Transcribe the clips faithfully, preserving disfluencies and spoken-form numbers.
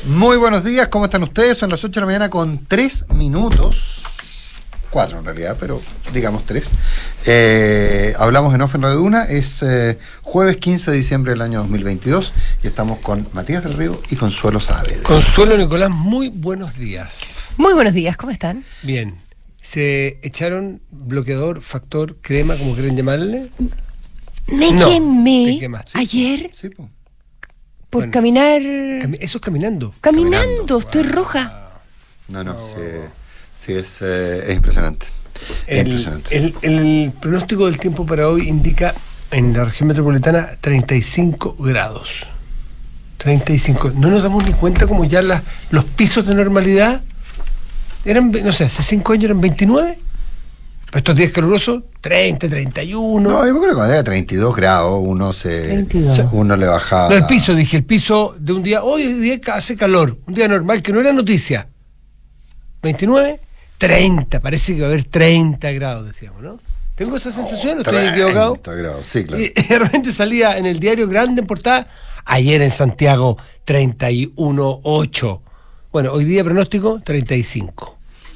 Muy buenos días, ¿cómo están ustedes? Son las ocho de la mañana con tres minutos. Cuatro en realidad, pero digamos tres. Eh, hablamos en Off en Radio Duna. Es eh, jueves quince de diciembre del año dos mil veintidós y estamos con Matías del Río y Consuelo Saavedra. Consuelo, Nicolás, muy buenos días. Muy buenos días, ¿cómo están? Bien. ¿Se echaron bloqueador, factor, crema, como quieren llamarle? Me No, quemé te quemaste. ayer Sí, po. por Bueno, caminar. Cami- Eso es caminando. Caminando, caminando. estoy roja. No, no, sí, sí es, eh, es impresionante. Es El, impresionante. el, el pronóstico del tiempo para hoy indica en la región metropolitana treinta y cinco grados. treinta y cinco. No nos damos ni cuenta como ya la, los pisos de normalidad eran, no sé, hace cinco años eran veintinueve. Estos días calurosos, treinta, treinta y uno. No, yo creo que cuando era treinta y dos grados uno se treinta y dos. uno le bajaba. No, el piso, dije, el piso de un día, hoy el día hace calor, un día normal, que no era noticia. veintinueve, treinta, parece que va a haber treinta grados, decíamos, ¿no? Tengo esa sensación, estoy equivocado. treinta grados, sí, claro. Y de repente salía en el diario grande en portada, ayer en Santiago, treinta y uno coma ocho. Bueno, hoy día pronóstico, treinta y cinco.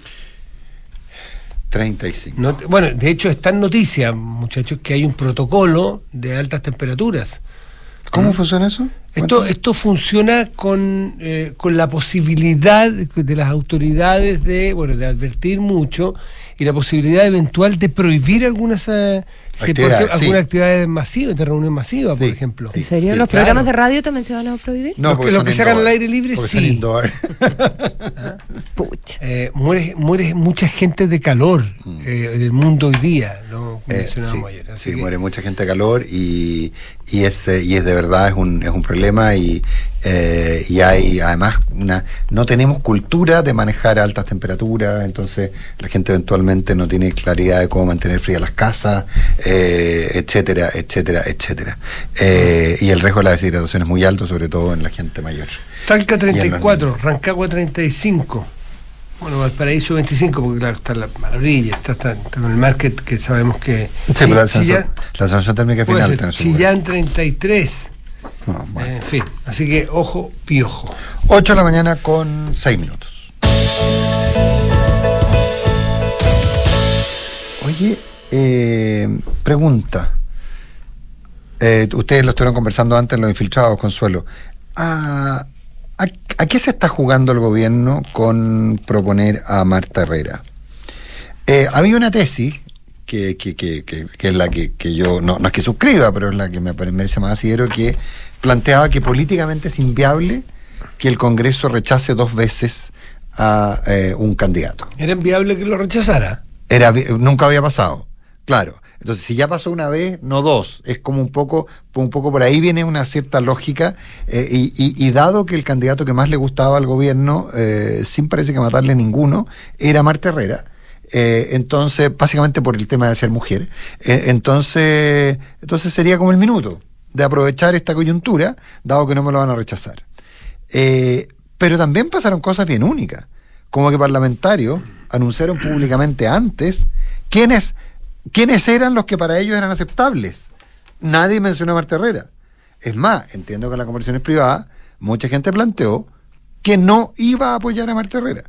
treinta y cinco. No, bueno, de hecho está en noticia, muchachos, que hay un protocolo de altas temperaturas. ¿Cómo funciona eso? Esto, Cuéntame. esto funciona con, eh, con la posibilidad de las autoridades de, bueno, de advertir mucho y la posibilidad eventual de prohibir algunas eh, si, por Actividades, ejemplo, sí. algunas actividades masivas, de reunión masiva, Sí, por ejemplo. sí. ¿En serio? ¿Los claro. programas de radio también se van a prohibir? Los porque que- los son que se hagan indoor, al aire libre, porque sí. son indoor. Pucha. Eh, muere, muere mucha gente de calor eh, en el mundo hoy día, lo Eh, mencionábamos sí, ayer. Así sí, que- muere mucha gente de calor y, y, es, eh, y es de verdad es un, es un problema y, eh, y hay además una no tenemos cultura de manejar altas temperaturas, entonces la gente eventualmente no tiene claridad de cómo mantener frías las casas, eh, etcétera, etcétera, etcétera. Eh, y el riesgo de la deshidratación es muy alto, sobre todo en la gente mayor. Talca treinta y Y en cuatro, los Rancagua treinta y cinco. Bueno, Valparaíso veinticinco, porque claro, está en la, a la orilla, está, está, está con el market que sabemos que... Sí, pero la Chillán- sensación, la sensación térmica puede final ser, tiene su Chillán treinta y tres. No, bueno. En fin, así que ojo, piojo. ocho de la mañana con seis minutos. Oye, eh, pregunta. Eh, ustedes lo estuvieron conversando antes en los infiltrados, Consuelo. ¿A, a, a qué se está jugando el gobierno con proponer a Marta Herrera? Eh, había una tesis que, que, que, que, que es la que, que yo, no, no es que suscriba, pero es la que me parece más asidero, que planteaba que políticamente es inviable que el Congreso rechace dos veces a eh, un candidato. ¿Era inviable que lo rechazara? Era, nunca había pasado, claro. Entonces, si ya pasó una vez, no dos. Es como un poco, un poco por ahí viene una cierta lógica. Eh, y, y, y dado que el candidato que más le gustaba al gobierno, eh, sin parece que matarle ninguno, era Marta Herrera. Eh, entonces, básicamente por el tema de ser mujer. Eh, entonces, entonces sería como el minuto de aprovechar esta coyuntura, dado que no me lo van a rechazar. Eh, pero también pasaron cosas bien únicas, como que parlamentarios anunciaron públicamente antes quiénes, quiénes eran los que para ellos eran aceptables. Nadie mencionó a Marta Herrera. Es más, entiendo que en las conversaciones privadas mucha gente planteó que no iba a apoyar a Marta Herrera.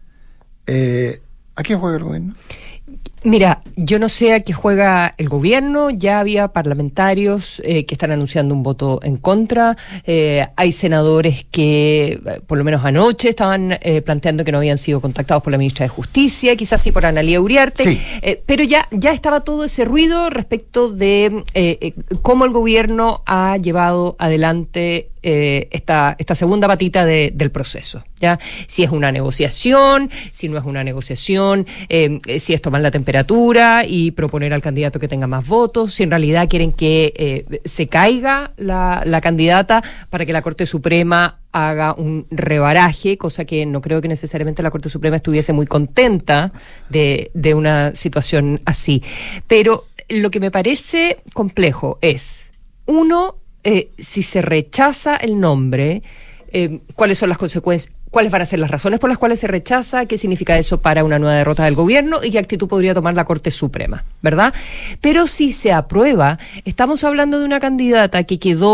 Eh, ¿A qué juega el gobierno? Mira, yo no sé a qué juega el gobierno, ya había parlamentarios eh, que están anunciando un voto en contra, eh, hay senadores que, eh, por lo menos anoche, estaban eh, planteando que no habían sido contactados por la ministra de Justicia, quizás sí por Analía Uriarte, Sí. eh, pero ya, ya estaba todo ese ruido respecto de eh, eh, cómo el gobierno ha llevado adelante eh, esta, esta segunda patita de, del proceso, ¿ya? Si es una negociación, si no es una negociación, eh, si es tomar la temperatura y proponer al candidato que tenga más votos, si en realidad quieren que eh, se caiga la, la candidata para que la Corte Suprema haga un rebaraje, cosa que no creo que necesariamente la Corte Suprema estuviese muy contenta de, de una situación así. Pero lo que me parece complejo es, uno, eh, si se rechaza el nombre, eh, cuáles son las consecuencias, cuáles van a ser las razones por las cuales se rechaza, qué significa eso para una nueva derrota del gobierno y qué actitud podría tomar la Corte Suprema, ¿verdad? Pero si se aprueba, estamos hablando de una candidata que quedó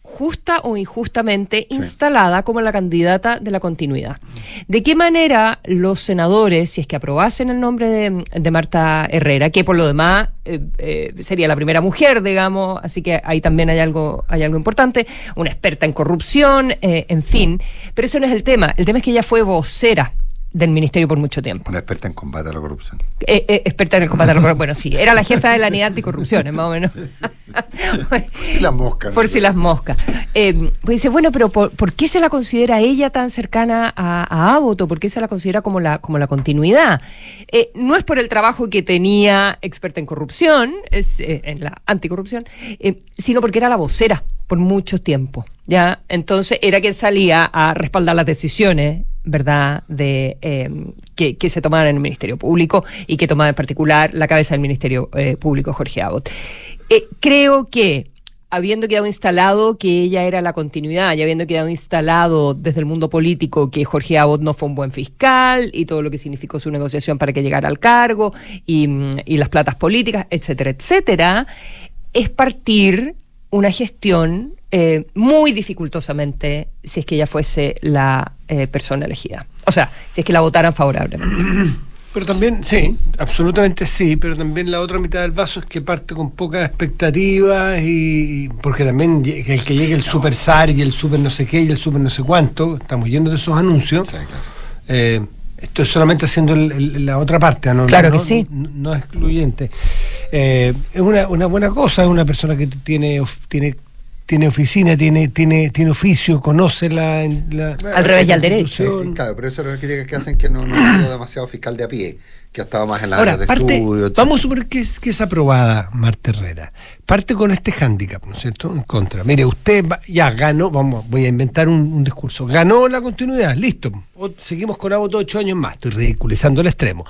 justa o injustamente sí. instalada como la candidata de la continuidad. ¿De qué manera los senadores, si es que aprobasen el nombre de, de Marta Herrera, que por lo demás eh, eh, sería la primera mujer, digamos, así que ahí también hay algo, hay algo importante, una experta en corrupción, eh, en fin, pero eso no es el tema, el tema es que ella fue vocera del ministerio por mucho tiempo. Una experta en combate a la corrupción. Eh, eh, experta en el combate a la corrupción. Bueno, sí, era la jefa de la unidad anticorrupción, más o menos. Sí, sí, sí. Por si las moscas. Por ¿no? si las moscas. Eh, pues dice, bueno, pero por, ¿por qué se la considera ella tan cercana a, a Abbott? ¿Por qué se la considera como la, como la continuidad? Eh, no es por el trabajo que tenía experta en corrupción, es, eh, en la anticorrupción, eh, sino porque era la vocera por mucho tiempo, ¿ya? Entonces era quien salía a respaldar las decisiones, ¿verdad?, de eh, que, que se tomaban en el Ministerio Público y que tomaba en particular la cabeza del Ministerio eh, Público, Jorge Abbott. Eh, creo que, habiendo quedado instalado que ella era la continuidad y habiendo quedado instalado desde el mundo político que Jorge Abbott no fue un buen fiscal y todo lo que significó su negociación para que llegara al cargo y, y las platas políticas, etcétera, etcétera, es partir una gestión eh, muy dificultosamente si es que ella fuese la eh, persona elegida. O sea, si es que la votaran favorablemente. Pero también, sí, absolutamente sí, pero también la otra mitad del vaso es que parte con pocas expectativas y porque también el que llegue el super S A R y el super no sé qué y el super no sé cuánto, estamos yendo de esos anuncios, sí, claro. eh, esto es solamente haciendo el, el, la otra parte, ¿no? Claro no, que sí. No, no es excluyente. Eh, es una, una buena cosa, es una persona que tiene tiene tiene oficina, tiene tiene tiene oficio, conoce la... la bueno, al revés y al derecho. Sí, claro, pero eso es lo que, que hacen que no, no ha sido demasiado fiscal de a pie, que ha estado más en la Ahora, área de parte, estudio, etcétera. Vamos a suponer que es, que es aprobada Marta Herrera. Parte con este hándicap, ¿no es cierto?, en contra. Mire, usted va, ya ganó, vamos, voy a inventar un, un discurso, ganó la continuidad, listo. O, seguimos con Abbott ocho años más, estoy ridiculizando al extremo.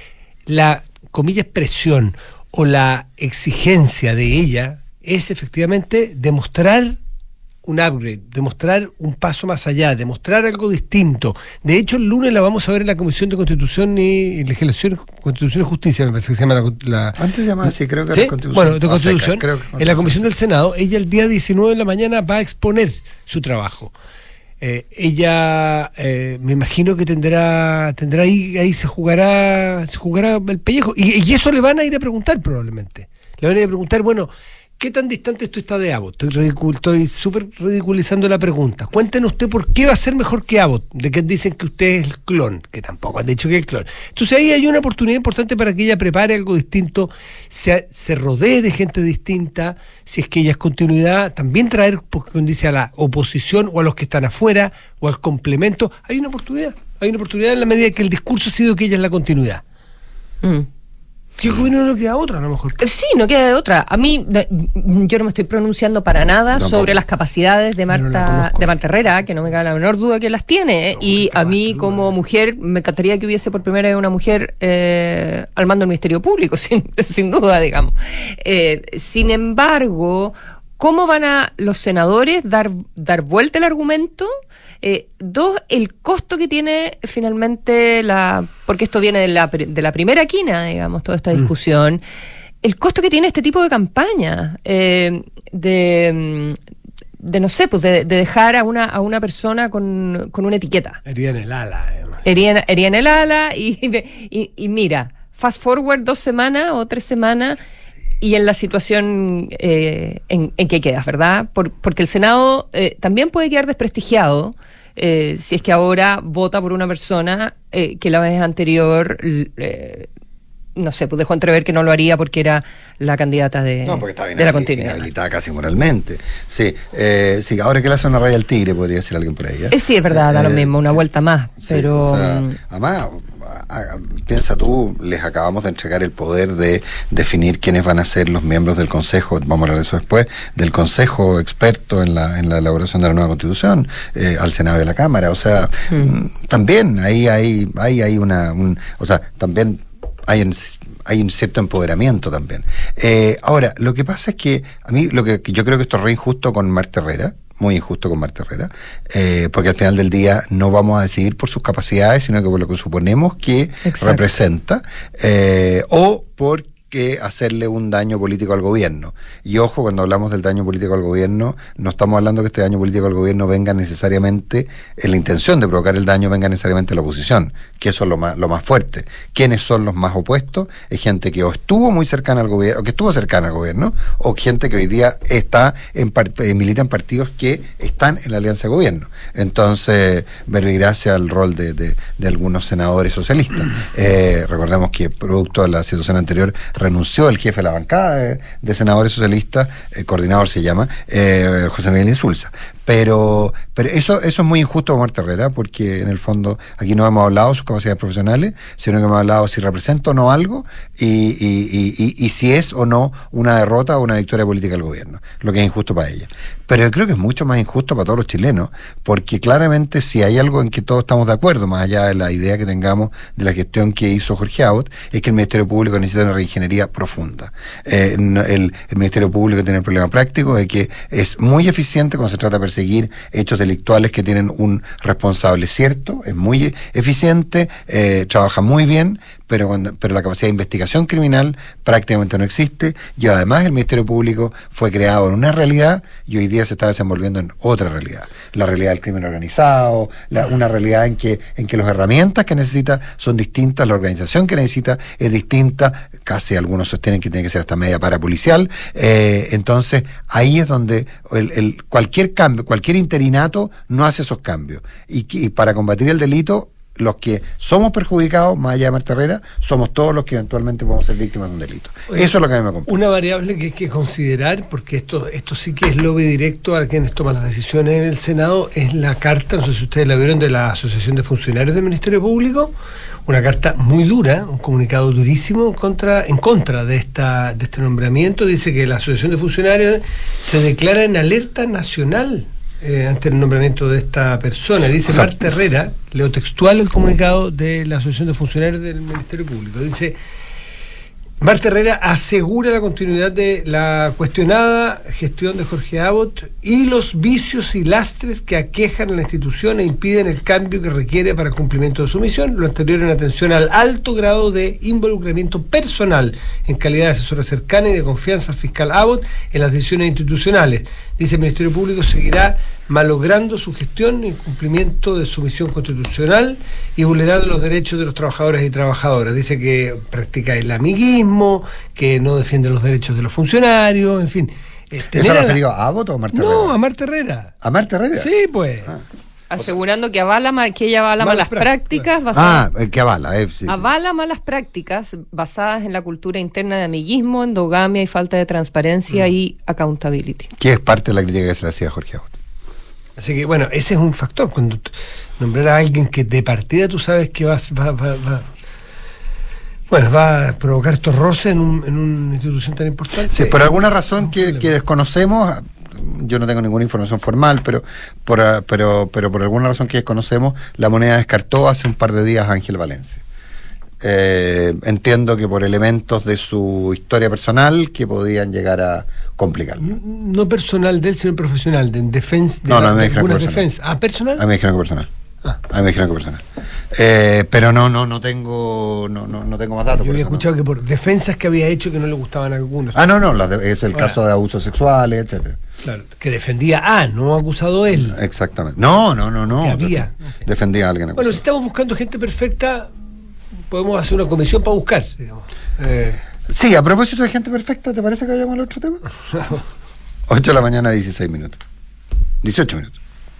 La, comillas, presión o la exigencia de ella es efectivamente demostrar un upgrade, demostrar un paso más allá, demostrar algo distinto. De hecho, el lunes la vamos a ver en la Comisión de Constitución y Legislación, Constitución y Justicia, me parece que se llama la... la Antes se llamaba así, creo que ¿sí? era Constitución. Bueno, de Constitución, creo que Constitución. En la Comisión del Senado, ella el día diecinueve de la mañana va a exponer su trabajo. Eh, ella, eh, me imagino que tendrá, tendrá ahí, ahí se jugará, se jugará el pellejo, y, y eso le van a ir a preguntar probablemente. Le van a ir a preguntar, bueno, ¿qué tan distante usted está de Abbott? Estoy ridicul, estoy súper ridiculizando la pregunta. Cuéntenos usted por qué va a ser mejor que Abbott, de que dicen que usted es el clon, que tampoco han dicho que es el clon. Entonces ahí hay una oportunidad importante para que ella prepare algo distinto, se, se rodee de gente distinta, si es que ella es continuidad, también traer, porque dice, a la oposición o a los que están afuera o al complemento. Hay una oportunidad, hay una oportunidad en la medida que el discurso ha sido que ella es la continuidad. Mm. ¿Qué bueno no queda otra a lo mejor? Sí, no queda de otra. A mí, yo no me estoy pronunciando para nada no, sobre no. las capacidades de Marta no de Marta Herrera, que no me cabe la menor duda que las tiene, no, y a mí como duda. mujer me encantaría que hubiese por primera vez una mujer eh, al mando del Ministerio Público, sin, sin duda, digamos. Eh, sin embargo, ¿cómo van a los senadores dar, dar vuelta el argumento? Eh, dos, el costo que tiene finalmente la... Porque esto viene de la, de la primera quina, digamos, toda esta discusión. Mm. El costo que tiene este tipo de campaña, eh, de, de, no sé, pues de, de dejar a una, a una persona con, con una etiqueta. Hería en el ala, además. Hería, hería en el ala y, y, y mira, fast forward dos semanas o tres semanas... y en la situación eh, en, en que quedas, ¿verdad? Por, porque el Senado eh, también puede quedar desprestigiado eh, si es que ahora vota por una persona eh, que la vez anterior, eh, no sé, pues dejó entrever que no lo haría porque era la candidata de, no, porque está de la continuidad. Inhabilitada casi moralmente. Sí, eh, sí, ahora que le hace una raya al tigre, podría decir alguien por ahí. ¿eh? Eh, sí, es verdad, eh, da lo mismo, una vuelta más, sí, pero... O sea, además... piensa tú, les acabamos de entregar el poder de definir quiénes van a ser los miembros del Consejo, vamos a hablar de eso después, del Consejo experto en la en la elaboración de la nueva Constitución, eh, al Senado y a la Cámara, o sea, mm. también ahí hay, hay, hay una, un, o sea, también hay un, hay un cierto empoderamiento también. Eh, ahora, lo que pasa es que a mí, lo que, que yo creo que esto es re injusto con Marta Herrera, muy injusto con Marta Herrera, eh, porque al final del día no vamos a decidir por sus capacidades, sino que por lo que suponemos que Exacto. representa, eh, o por que hacerle un daño político al gobierno. Y ojo, cuando hablamos del daño político al gobierno, no estamos hablando que este daño político al gobierno venga necesariamente, en la intención de provocar el daño venga necesariamente la oposición, que eso es lo más, lo más fuerte. ¿Quiénes son los más opuestos? Es gente que o estuvo muy cercana al gobierno, o que estuvo cercana al gobierno, o gente que hoy día está en part- milita en partidos que están en la alianza de gobierno. Entonces, verbigracia al rol de, de, de algunos senadores socialistas. Eh, recordemos que producto de la situación anterior renunció el jefe de la bancada de, de senadores socialistas, el coordinador se llama, eh, José Miguel Insulza. Pero, pero eso, eso es muy injusto para Marta Herrera, porque en el fondo aquí no hemos hablado de sus capacidades profesionales, sino que hemos hablado si representa o no algo y, y, y, y, y si es o no una derrota o una victoria política del gobierno, lo que es injusto para ella. Pero yo creo que es mucho más injusto para todos los chilenos, porque claramente si hay algo en que todos estamos de acuerdo, más allá de la idea que tengamos de la gestión que hizo Jorge Abbott, es que el Ministerio Público necesita una reingeniería profunda. Eh, el, el Ministerio Público tiene el problema práctico de que es muy eficiente cuando se trata de perseguir hechos delictuales que tienen un responsable cierto, es muy eficiente, eh, trabaja muy bien, pero cuando, pero la capacidad de investigación criminal prácticamente no existe, y además el Ministerio Público fue creado en una realidad y hoy día se está desenvolviendo en otra realidad, la realidad del crimen organizado, la, una realidad en que, en que las herramientas que necesita son distintas, la organización que necesita es distinta, casi algunos sostienen que tiene que ser hasta media parapolicial, eh, entonces ahí es donde el, el, cualquier cambio, cualquier interinato no hace esos cambios, y, y para combatir el delito, los que somos perjudicados, más allá de Marta Herrera, somos todos los que eventualmente podemos ser víctimas de un delito. Oye, eso es lo que a mí me complica. Una variable que hay que considerar, porque esto esto sí que es lobby directo a quienes toman las decisiones en el Senado, es la carta, no sé si ustedes la vieron, de la Asociación de Funcionarios del Ministerio Público, una carta muy dura, un comunicado durísimo contra, en contra de esta de este nombramiento. Dice que la Asociación de Funcionarios se declara en alerta nacional Eh, ante el nombramiento de esta persona. Dice, o sea, Marta Herrera, leo textual el comunicado de la Asociación de Funcionarios del Ministerio Público, dice: Marta Herrera asegura la continuidad de la cuestionada gestión de Jorge Abbott y los vicios y lastres que aquejan a la institución e impiden el cambio que requiere para el cumplimiento de su misión, lo anterior en atención al alto grado de involucramiento personal en calidad de asesora cercana y de confianza al fiscal Abbott en las decisiones institucionales. Dice, el Ministerio Público seguirá malogrando su gestión en cumplimiento de su misión constitucional y vulnerando los derechos de los trabajadores y trabajadoras. Dice que practica el amiguismo, que no defiende los derechos de los funcionarios, en fin. Eh, ¿Eso lo referido a Abbott o a Marta Herrera? No, a Marta Herrera. ¿A Marta Herrera? Sí, pues. Ah. Asegurando que avala que ella avala malas, malas prácticas basadas, ah, que avala, eh, sí, avala sí. malas prácticas basadas en la cultura interna de amiguismo, endogamia y falta de transparencia mm. y accountability. Que es parte de la crítica que se le hacía a Jorge Abbott. Así que bueno, ese es un factor. Cuando nombrar a alguien que de partida tú sabes que va, va, va, va bueno, va a provocar estos roces en, un, en una institución tan importante. Sí, por alguna razón que, que desconocemos. Yo no tengo ninguna información formal, pero por, pero pero por alguna razón que desconocemos, la moneda descartó hace un par de días a Ángel Valencia. Eh, entiendo que por elementos de su historia personal que podían llegar a complicar. No, no personal de él, sino profesional, de defensa de, no, no, la, me de algunas defensas. ¿Ah, personal? A mí me dijeron que personal. Ah. A mí me dijeron que personal. Eh, pero no, no, no tengo, no, no, no tengo más datos. Yo había eso, escuchado no. que por defensas que había hecho que no le gustaban a algunos. Ah, no, no, la de, es el Ahora, caso de abusos sexuales, etcétera. Claro, que defendía a, no acusado él. Exactamente. No, no, no, no. Que había. Defendía a alguien acusado. Bueno, si estamos buscando gente perfecta, podemos hacer una comisión para buscar, digamos. Eh. Sí, a propósito de gente perfecta, ¿te parece que vayamos al otro tema? ocho de la mañana, dieciséis minutos. dieciocho minutos.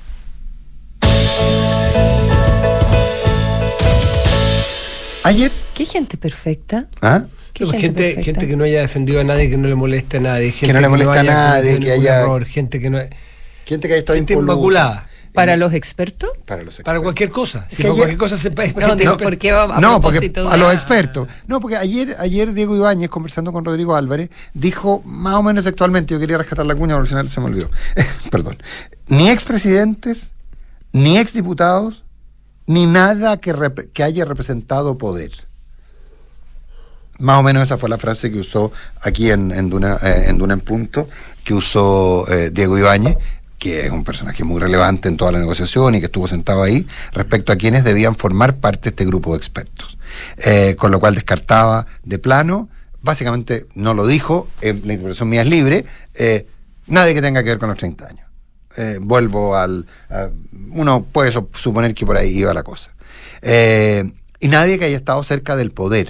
Ayer. ¿Qué gente perfecta? ¿Ah? ¿Qué gente, gente, gente que no haya defendido a nadie, que no le moleste a nadie, gente que no le moleste que no a nadie, que haya error, gente que no gente que haya estado inmaculada. ¿Para los expertos? Para los expertos. Para cualquier cosa. Si ayer, cualquier cosa se puede. No, digo, ¿por qué a no, porque a los expertos. No, porque ayer, ayer Diego Ibáñez, conversando con Rodrigo Álvarez, dijo más o menos actualmente, yo quería rescatar la cuña, pero al final se me olvidó. Perdón. Ni expresidentes, ni exdiputados, ni nada que, rep- que haya representado poder. Más o menos esa fue la frase que usó aquí en, en, Duna, eh, en Duna en Punto, que usó eh, Diego Ibáñez, que es un personaje muy relevante en toda la negociación y que estuvo sentado ahí, respecto a quienes debían formar parte de este grupo de expertos. Eh, con lo cual descartaba de plano básicamente no lo dijo, eh, la interpretación mía es libre, eh, nadie que tenga que ver con los treinta años. Eh, vuelvo al... A, uno puede suponer que por ahí iba la cosa. Eh, y nadie que haya estado cerca del poder.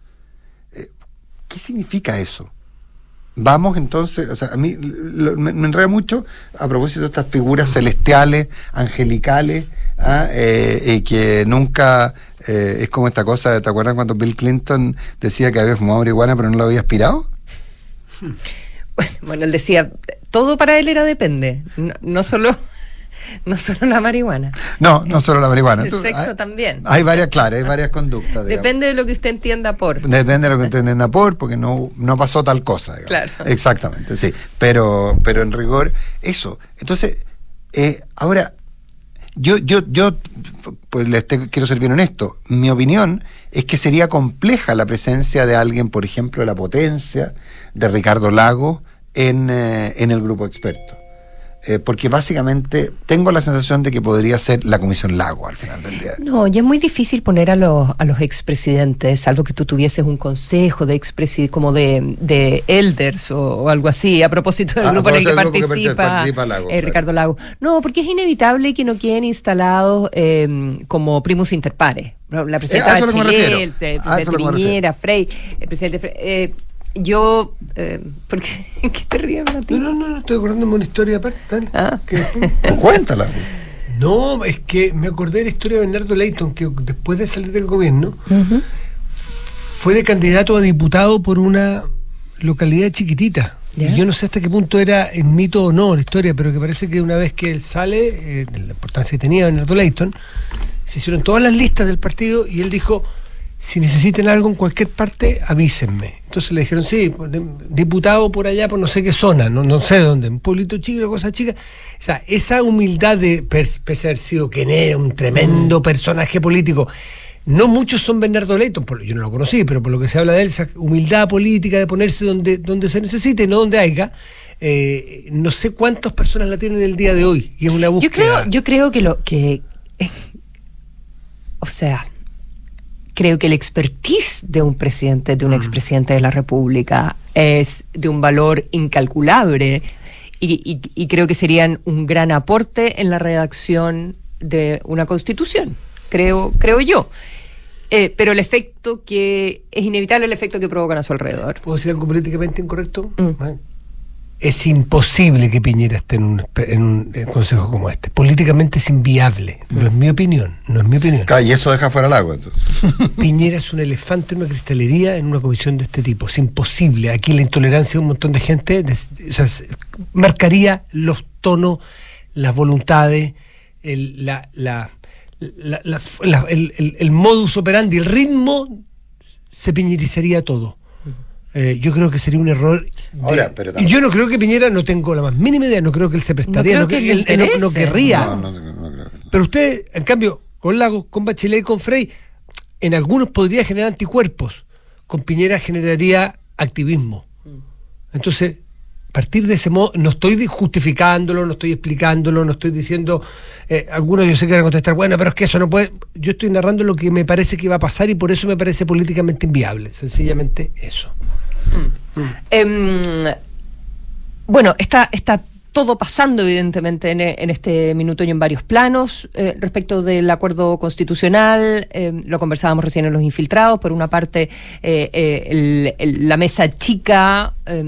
Eh, ¿Qué significa eso? Vamos entonces, o sea, a mí lo, me, me enreda mucho a propósito de estas figuras celestiales, angelicales, ¿ah? eh, y que nunca, eh, es como esta cosa, ¿te acuerdas cuando Bill Clinton decía que había fumado marihuana pero no lo había aspirado? Bueno, él decía, todo para él era depende, no, no solo... No solo la marihuana. No, no solo la marihuana. El Tú, sexo hay, también. Hay varias, claro, hay varias conductas. Digamos. Depende de lo que usted entienda por. Depende de lo que usted entienda por, porque no, no pasó tal cosa. Digamos. Claro. Exactamente, sí. Pero, pero en rigor, eso. Entonces, eh, ahora, yo, yo, yo, pues les te, quiero ser bien honesto. Mi opinión es que sería compleja la presencia de alguien, por ejemplo, de la potencia de Ricardo Lagos en, eh, en el grupo experto. Eh, porque básicamente tengo la sensación de que podría ser la Comisión Lagos al final del día. No, y es muy difícil poner a los, a los expresidentes, salvo que tú tuvieses un consejo de expresidentes, como de, de elders o, o algo así, a propósito del Ah, grupo en el que participa, que participa Lagos, eh, Ricardo Lagos. No, porque es inevitable que no queden instalados eh, como primus inter pares. La presidenta Eh, Bachelet, el A eso presidente es lo que me Piñera, Frey, el presidente Frey... Eh, Yo, eh, ¿por qué? ¿Qué te ríes, Martín? No, no, no, estoy acordándome de una historia aparte. Dale. Ah. Que después- Cuéntala. No, es que me acordé de la historia de Bernardo Leighton, que después de salir del gobierno, Uh-huh. fue de candidato a diputado por una localidad chiquitita. ¿Ya? Y yo no sé hasta qué punto era en mito o no la historia, pero que parece que una vez que él sale, eh, la importancia que tenía Bernardo Leighton, se hicieron todas las listas del partido y él dijo: si necesitan algo en cualquier parte, avísenme. Entonces le dijeron, sí, diputado por allá, por no sé qué zona, no, no sé dónde, un pueblito chico, una cosa chica. O sea, esa humildad de, pese a haber sido quien era, un tremendo personaje político. No muchos son Bernardo Leighton, por, yo no lo conocí, pero por lo que se habla de él, esa humildad política de ponerse donde, donde se necesite, no donde haya. Eh, no sé cuántas personas la tienen el día de hoy, y es una búsqueda. Yo creo, yo creo que lo que... O sea... Creo que el expertise de un presidente, de un expresidente de la República, es de un valor incalculable y, y, y creo que serían un gran aporte en la redacción de una constitución, creo, creo yo. Eh, pero el efecto que es inevitable, el efecto que provocan a su alrededor. ¿Puedo decir algo políticamente incorrecto? Mm. Es imposible que Piñera esté en un, en un eh, consejo como este. Políticamente es inviable. No es mi opinión. No es mi opinión. Claro, y eso deja fuera Lagos, entonces. Piñera es un elefante en una cristalería en una comisión de este tipo. Es imposible. Aquí la intolerancia de un montón de gente de, o sea, marcaría los tonos, las voluntades, el, la, la, la, la, la, el, el, el modus operandi, el ritmo, se piñerizaría todo. Eh, yo creo que sería un error. De, Ahora, pero y yo no creo que Piñera, no tengo la más mínima idea, no creo que él se prestaría, No no, creo que que él, le él no, no interese. querría. No, no, no, no creo. Pero usted, en cambio, con Lagos, con Bachelet y con Frey, en algunos podría generar anticuerpos. Con Piñera generaría activismo. Entonces, partir de ese modo, no estoy justificándolo, no estoy explicándolo, no estoy diciendo, eh, algunos yo sé que van a contestar, bueno, pero es que eso no puede. Yo estoy narrando lo que me parece que va a pasar y por eso me parece políticamente inviable. Sencillamente eso. Mm. Eh, bueno, está, está todo pasando evidentemente en, en este minuto y en varios planos. Eh, respecto del acuerdo constitucional, eh, lo conversábamos recién en Los Infiltrados. Por una parte, eh, eh, el, el, la mesa chica eh,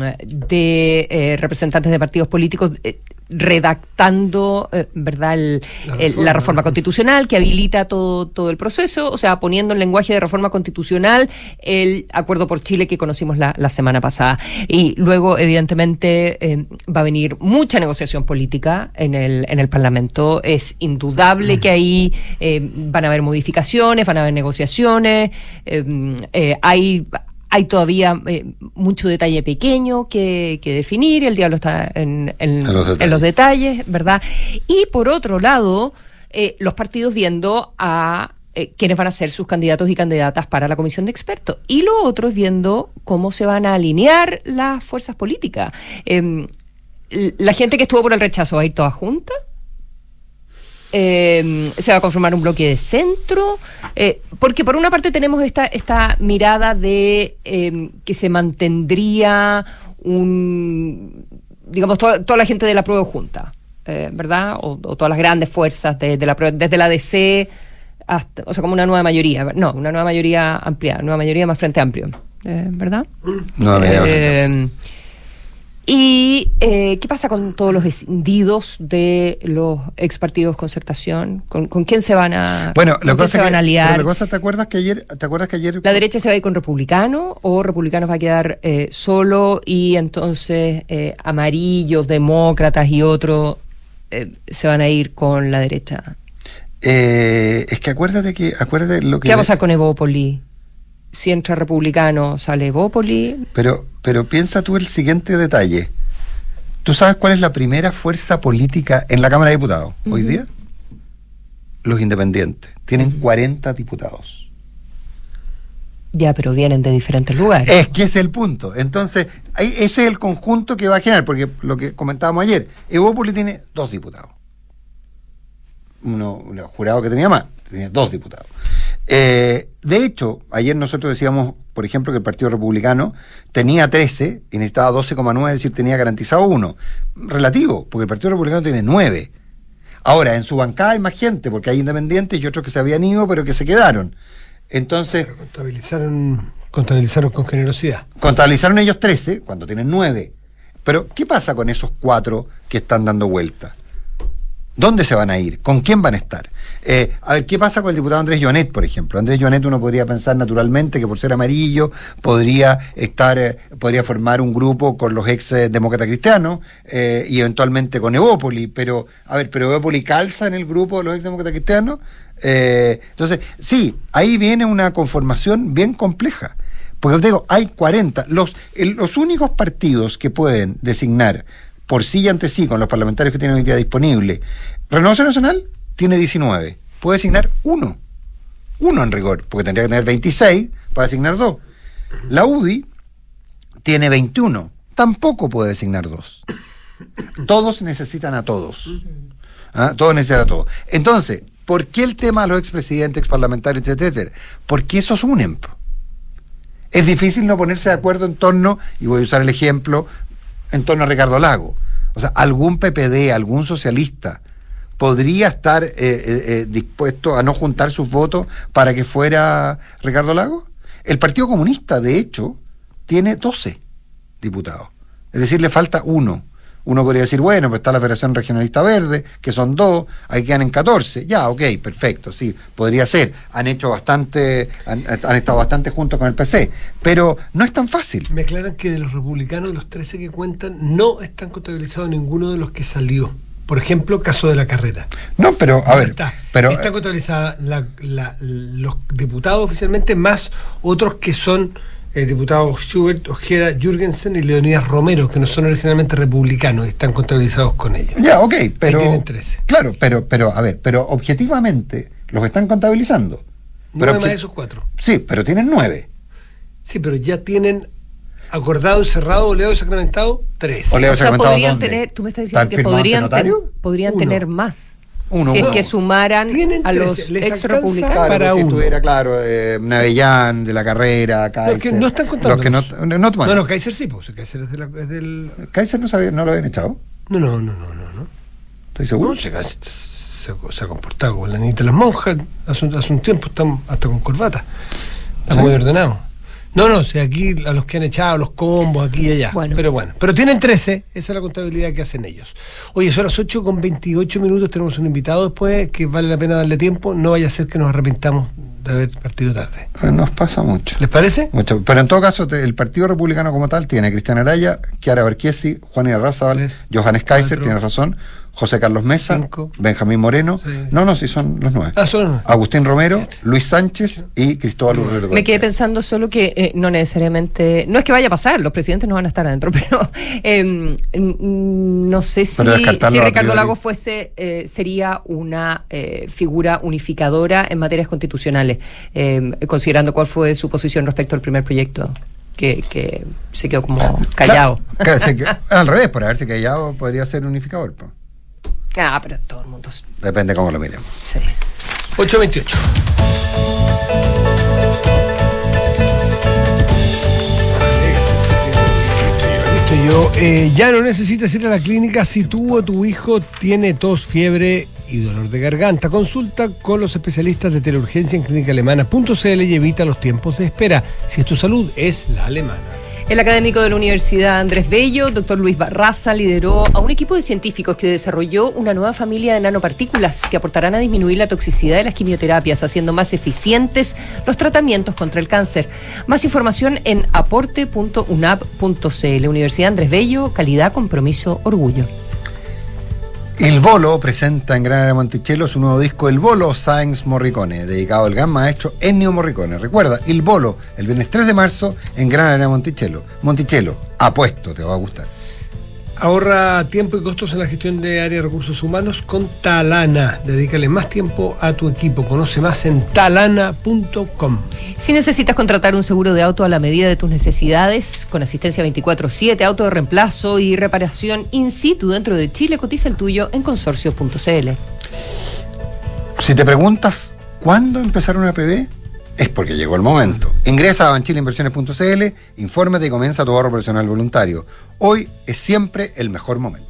de eh, representantes de partidos políticos eh, redactando, eh, ¿verdad?, el, la, el, reforma, la reforma constitucional que habilita todo, todo el proceso, o sea, poniendo en lenguaje de reforma constitucional el acuerdo por Chile que conocimos la, la semana pasada. Y luego, evidentemente, eh, va a venir mucha negociación política en el, en el Parlamento. Es indudable que ahí eh, van a haber modificaciones, van a haber negociaciones, eh, eh, hay... Hay todavía eh, mucho detalle pequeño que, que definir, el diablo está en, en, en, los, detalles. en los detalles, ¿verdad? Y por otro lado, eh, los partidos viendo a eh, quiénes van a ser sus candidatos y candidatas para la comisión de expertos. Y lo otro es viendo cómo se van a alinear las fuerzas políticas. Eh, la gente que estuvo por el rechazo va a ir toda junta. Eh, se va a conformar un bloque de centro, eh, porque por una parte tenemos esta, esta mirada de eh, que se mantendría un, digamos, to- toda la gente de la prueba junta, eh, ¿verdad? O, o todas las grandes fuerzas de, de la prueba, desde la D C hasta, o sea, como una nueva mayoría, no, una nueva mayoría amplia, nueva mayoría más Frente Amplio, eh, ¿verdad? No, mira, eh, ¿Y eh, qué pasa con todos los escindidos de los ex partidos Concertación? ¿Con, con quién se van a, bueno, con la quién cosa se que, van a aliar? la cosa, ¿te acuerdas que ayer, te acuerdas que ayer ¿La derecha se va a ir con Republicano o Republicanos va a quedar eh, solo y entonces eh, amarillos, demócratas y otros eh, se van a ir con la derecha? Eh, es que acuérdate que acuérdate lo que ¿Qué va a pasar con Evópoli? Si entra Republicano, sale Evópoli. Pero, pero piensa tú el siguiente detalle. ¿Tú sabes cuál es la primera fuerza política en la Cámara de Diputados uh-huh. hoy día? Los independientes. Tienen cuarenta diputados. Ya, pero vienen de diferentes lugares. Es que ese es el punto. Entonces, ahí, ese es el conjunto que va a generar, porque lo que comentábamos ayer, Evópoli tiene dos diputados. Uno, un jurado que tenía más, tenía dos diputados. Eh, de hecho, ayer nosotros decíamos, por ejemplo, que el Partido Republicano tenía trece y necesitaba doce coma nueve, es decir, tenía garantizado uno. Relativo, porque el Partido Republicano tiene nueve. Ahora, en su bancada hay más gente, porque hay independientes y otros que se habían ido, pero que se quedaron. Entonces... Pero contabilizaron, contabilizaron con generosidad. Contabilizaron ellos trece, cuando tienen nueve. Pero, ¿qué pasa con esos cuatro que están dando vuelta? ¿Dónde se van a ir? ¿Con quién van a estar? Eh, a ver, ¿qué pasa con el diputado Andrés Joanet, por ejemplo? Andrés Joanet, uno podría pensar naturalmente que por ser amarillo podría estar, eh, podría formar un grupo con los ex eh, demócratas cristianos eh, y eventualmente con Evópoli, pero, a ver, ¿pero Evópoli calza en el grupo de los ex demócratas cristianos? Eh, entonces, sí, ahí viene una conformación bien compleja. Porque os digo, hay cuarenta. Los, el, los únicos partidos que pueden designar por sí y ante sí, con los parlamentarios que tienen hoy día disponible, Renovación Nacional tiene diecinueve, puede designar uno, uno en rigor, porque tendría que tener veintiséis para designar dos. La U D I tiene veintiuno, tampoco puede designar dos. Todos necesitan a todos. ¿Ah? Todos necesitan a todos. Entonces, ¿por qué el tema de los expresidentes, exparlamentarios, etcétera? Porque esos unen. Es difícil no ponerse de acuerdo en torno, y voy a usar el ejemplo, en torno a Ricardo Lagos. O sea, algún P P D, algún socialista podría estar eh, eh, dispuesto a no juntar sus votos para que fuera Ricardo Lagos. El Partido Comunista, de hecho, tiene doce diputados. Es decir, le falta uno. Uno podría decir, bueno, pues está la Federación Regionalista Verde, que son dos, ahí quedan en catorce. Ya, ok, perfecto, sí, podría ser. Han hecho bastante, han, han estado bastante juntos con el P C, pero no es tan fácil. Me aclaran que de los republicanos, los trece que cuentan, no están contabilizados ninguno de los que salió. Por ejemplo, caso de la Carrera. No, pero, a no ver, está, pero... Está contabilizada la, la, los diputados oficialmente, más otros que son... Eh, diputados Schubert, Ojeda, Jürgensen y Leonidas Romero, que no son originalmente republicanos, están contabilizados con ellos. Ya, ok, pero... Y tienen trece. Claro, pero, pero, a ver, pero objetivamente los están contabilizando. Nueve Pero más obje- de esos cuatro. Sí, pero tienen nueve. Sí, pero ya tienen acordado y cerrado, oleado y sacramentado, trece. Oleo O sea, sacramentado, podrían ¿dónde? tener, tú me estás diciendo ¿Están que firmados podrían, ante notario? ten- podrían Uno. tener más. Uno, si uno. es que sumaran Tienen a los trece, les ex alcanza republicanos. Claro, para pues si uno. estuviera, claro, eh, Navellán, de la Carrera, Kaiser. Los que no están contando. Los que no, no, bueno, No, no, Kaiser sí, pues Kaiser es, de la- es del... Kaiser no, sabía, no lo habían echado. No, no, no, no, no, no. ¿Estoy seguro? No, se, se, se, se ha comportado como la niñita de las monjas. Hace, un- hace un tiempo están hasta con corbata. Está ¿Sí? muy ordenado. No, no, si aquí a los que han echado, los combos, aquí y allá. Bueno. Pero bueno, pero tienen trece, esa es la contabilidad que hacen ellos. Oye, son las ocho con veintiocho minutos, tenemos un invitado después que vale la pena darle tiempo. No vaya a ser que nos arrepintamos de haber partido tarde. Eh, Nos pasa mucho. ¿Les parece? Mucho. Pero en todo caso, te- el Partido Republicano como tal tiene a Cristian Araya, Chiara Berchiesi, Juan Irarrázaval, Tres, Johannes Kaiser, cuatro, tienes razón, José Carlos Mesa, cinco, Benjamín Moreno. seis. No, no, sí son los nueve. Ah, son los nueve. Agustín Romero, Luis Sánchez y Cristóbal Urrero. Me quedé pensando solo que eh, no necesariamente, no es que vaya a pasar, los presidentes no van a estar adentro, pero eh, mm, no sé si, Pero descartarlo si a Ricardo priori. Lagos fuese, eh, sería una eh, figura unificadora en materias constitucionales, eh, considerando cuál fue su posición respecto al primer proyecto, que, que se quedó como callado. Claro, claro, se que- al revés, por haberse callado podría ser unificador. po. Ah, pero todo el mundo... Depende cómo lo miremos. Sí. ocho veintiocho. Yo, eh, ya no necesitas ir a la clínica si tú o tu hijo tiene tos, fiebre y dolor de garganta. Consulta con los especialistas de teleurgencia en clínica alemana punto c l y evita los tiempos de espera. Si es tu salud, es la alemana. El académico de la Universidad Andrés Bello, doctor Luis Barraza, lideró a un equipo de científicos que desarrolló una nueva familia de nanopartículas que aportarán a disminuir la toxicidad de las quimioterapias, haciendo más eficientes los tratamientos contra el cáncer. Más información en aporte punto u n a p punto c l. Universidad Andrés Bello, calidad, compromiso, orgullo. Il Bolo presenta en Gran Área Monticello su nuevo disco El Bolo Sáenz Morricone, dedicado al gran maestro Ennio Morricone. Recuerda, Il Bolo, el viernes tres de marzo en Gran Área Monticello. Monticello, apuesto, te va a gustar. Ahorra tiempo y costos en la gestión de área de recursos humanos con Talana. Dedícale más tiempo a tu equipo. Conoce más en talana punto com. Si necesitas contratar un seguro de auto a la medida de tus necesidades, con asistencia veinticuatro siete, auto de reemplazo y reparación in situ dentro de Chile, cotiza el tuyo en consorcio punto c l. Si te preguntas cuándo empezar una P B, es porque llegó el momento. Ingresa a banchile inversiones punto c l, infórmate y comienza tu ahorro personal voluntario. Hoy es siempre el mejor momento.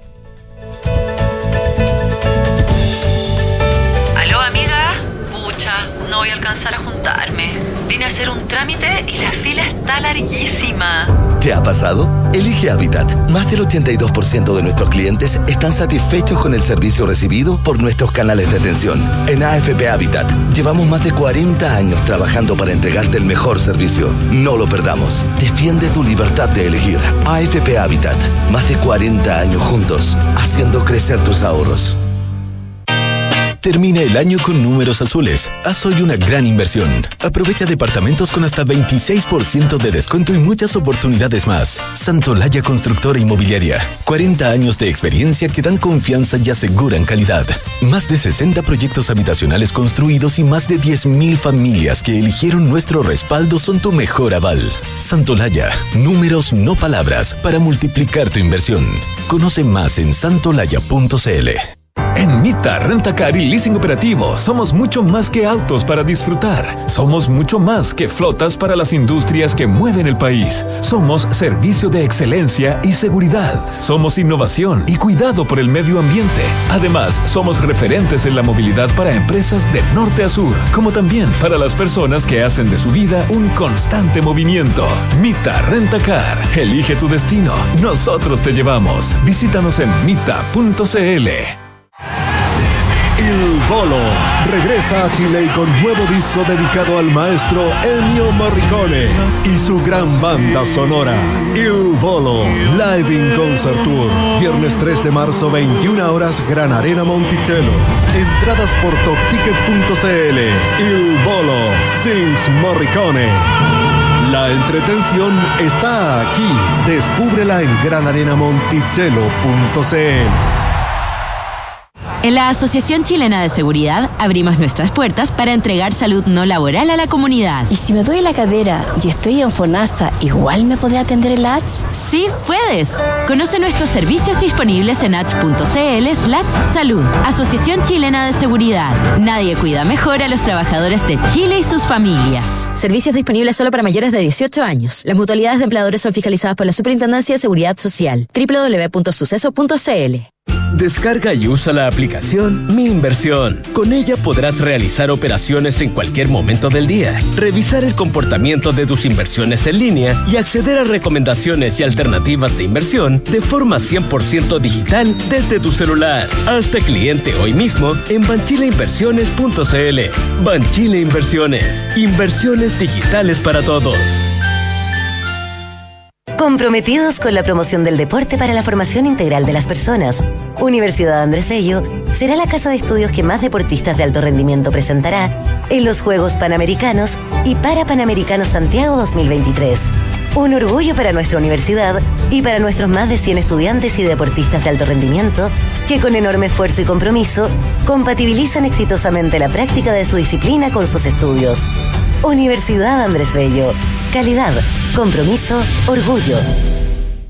¿Aló, amiga? Pucha, no voy a alcanzar a juntarme. Vine a hacer un trámite y la fila está larguísima. ¿Te ha pasado? Elige Habitat. Más del ochenta y dos por ciento de nuestros clientes están satisfechos con el servicio recibido por nuestros canales de atención. En A F P Habitat llevamos más de cuarenta años trabajando para entregarte el mejor servicio. No lo perdamos. Defiende tu libertad de elegir. A F P Habitat. Más de cuarenta años juntos, haciendo crecer tus ahorros. Termina el año con números azules. Haz hoy una gran inversión. Aprovecha departamentos con hasta veintiséis por ciento de descuento y muchas oportunidades más. Santolaya Constructora Inmobiliaria. cuarenta años de experiencia que dan confianza y aseguran calidad. Más de sesenta proyectos habitacionales construidos y más de diez mil familias que eligieron nuestro respaldo son tu mejor aval. Santolaya. Números, no palabras, para multiplicar tu inversión. Conoce más en santolaya punto c l. En Mita Rentacar y Leasing Operativo somos mucho más que autos para disfrutar. Somos mucho más que flotas para las industrias que mueven el país. Somos servicio de excelencia y seguridad. Somos innovación y cuidado por el medio ambiente. Además, somos referentes en la movilidad para empresas de norte a sur, como también para las personas que hacen de su vida un constante movimiento. Mita Rentacar. Elige tu destino. Nosotros te llevamos. Visítanos en mita punto c l. Il Bolo regresa a Chile con nuevo disco dedicado al maestro Ennio Morricone y su gran banda sonora. Il Bolo Live in Concert Tour, viernes tres de marzo, veintiuna horas, Gran Arena Monticello. Entradas por top ticket punto c l. Il Bolo sings Morricone. La entretención está aquí. Descúbrela en gran arena monticello punto c l. En la Asociación Chilena de Seguridad abrimos nuestras puertas para entregar salud no laboral a la comunidad. ¿Y si me duele la cadera y estoy en FONASA, igual me podrá atender el H? Sí, puedes. Conoce nuestros servicios disponibles en h punto c l slash salud. Asociación Chilena de Seguridad. Nadie cuida mejor a los trabajadores de Chile y sus familias. Servicios disponibles solo para mayores de dieciocho años. Las mutualidades de empleadores son fiscalizadas por la Superintendencia de Seguridad Social. doble u doble u doble u punto suceso punto c l. Descarga y usa la aplicación Mi Inversión. Con ella podrás realizar operaciones en cualquier momento del día, revisar el comportamiento de tus inversiones en línea y acceder a recomendaciones y alternativas de inversión de forma cien por ciento digital desde tu celular. Hazte cliente hoy mismo en banchile inversiones punto c l. Banchile Inversiones. Inversiones digitales para todos. Comprometidos con la promoción del deporte para la formación integral de las personas, Universidad Andrés Bello será la casa de estudios que más deportistas de alto rendimiento presentará en los Juegos Panamericanos y Parapanamericanos Santiago dos mil veintitrés. Un orgullo para nuestra universidad y para nuestros más de cien estudiantes y deportistas de alto rendimiento que con enorme esfuerzo y compromiso compatibilizan exitosamente la práctica de su disciplina con sus estudios. Universidad Andrés Bello. Calidad, compromiso, orgullo.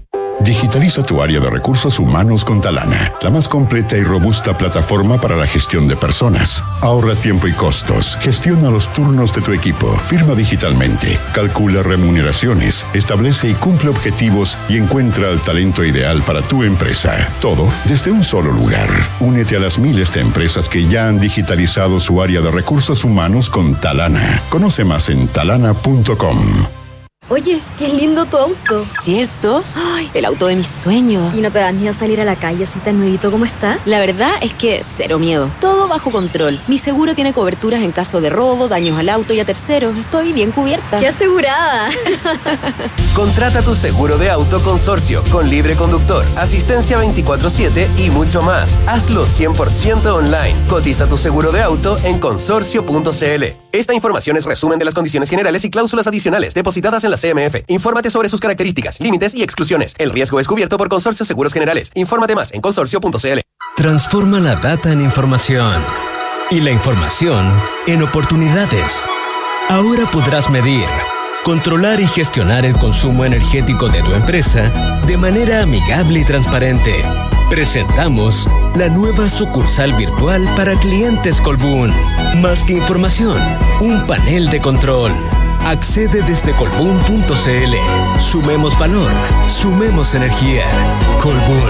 Digitaliza tu área de recursos humanos con Talana, la más completa y robusta plataforma para la gestión de personas. Ahorra tiempo y costos, gestiona los turnos de tu equipo, firma digitalmente, calcula remuneraciones, establece y cumple objetivos y encuentra el talento ideal para tu empresa. Todo desde un solo lugar. Únete a las miles de empresas que ya han digitalizado su área de recursos humanos con Talana. Conoce más en talana punto com. Oye, qué lindo tu auto. ¿Cierto? Ay, el auto de mis sueños. ¿Y no te da miedo salir a la calle así tan nuevito como está? La verdad es que cero miedo. Todo bajo control. Mi seguro tiene coberturas en caso de robo, daños al auto y a terceros. Estoy bien cubierta. ¡Qué asegurada! Contrata tu seguro de auto Consorcio con libre conductor, asistencia veinticuatro siete y mucho más. Hazlo cien por ciento online. Cotiza tu seguro de auto en consorcio punto c l. Esta información es resumen de las condiciones generales y cláusulas adicionales depositadas en la C M F. Infórmate sobre sus características, límites y exclusiones. El riesgo es cubierto por Consorcio Seguros Generales. Infórmate más en consorcio punto c l. Transforma la data en información y la información en oportunidades. Ahora podrás medir, controlar y gestionar el consumo energético de tu empresa de manera amigable y transparente. Presentamos la nueva sucursal virtual para clientes Colbún. Más que información, un panel de control. Accede desde colbún punto c l. Sumemos valor, sumemos energía. Colbún.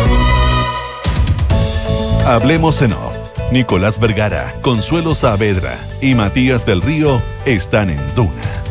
Hablemos en off. Nicolás Vergara, Consuelo Saavedra y Matías del Río están en Duna.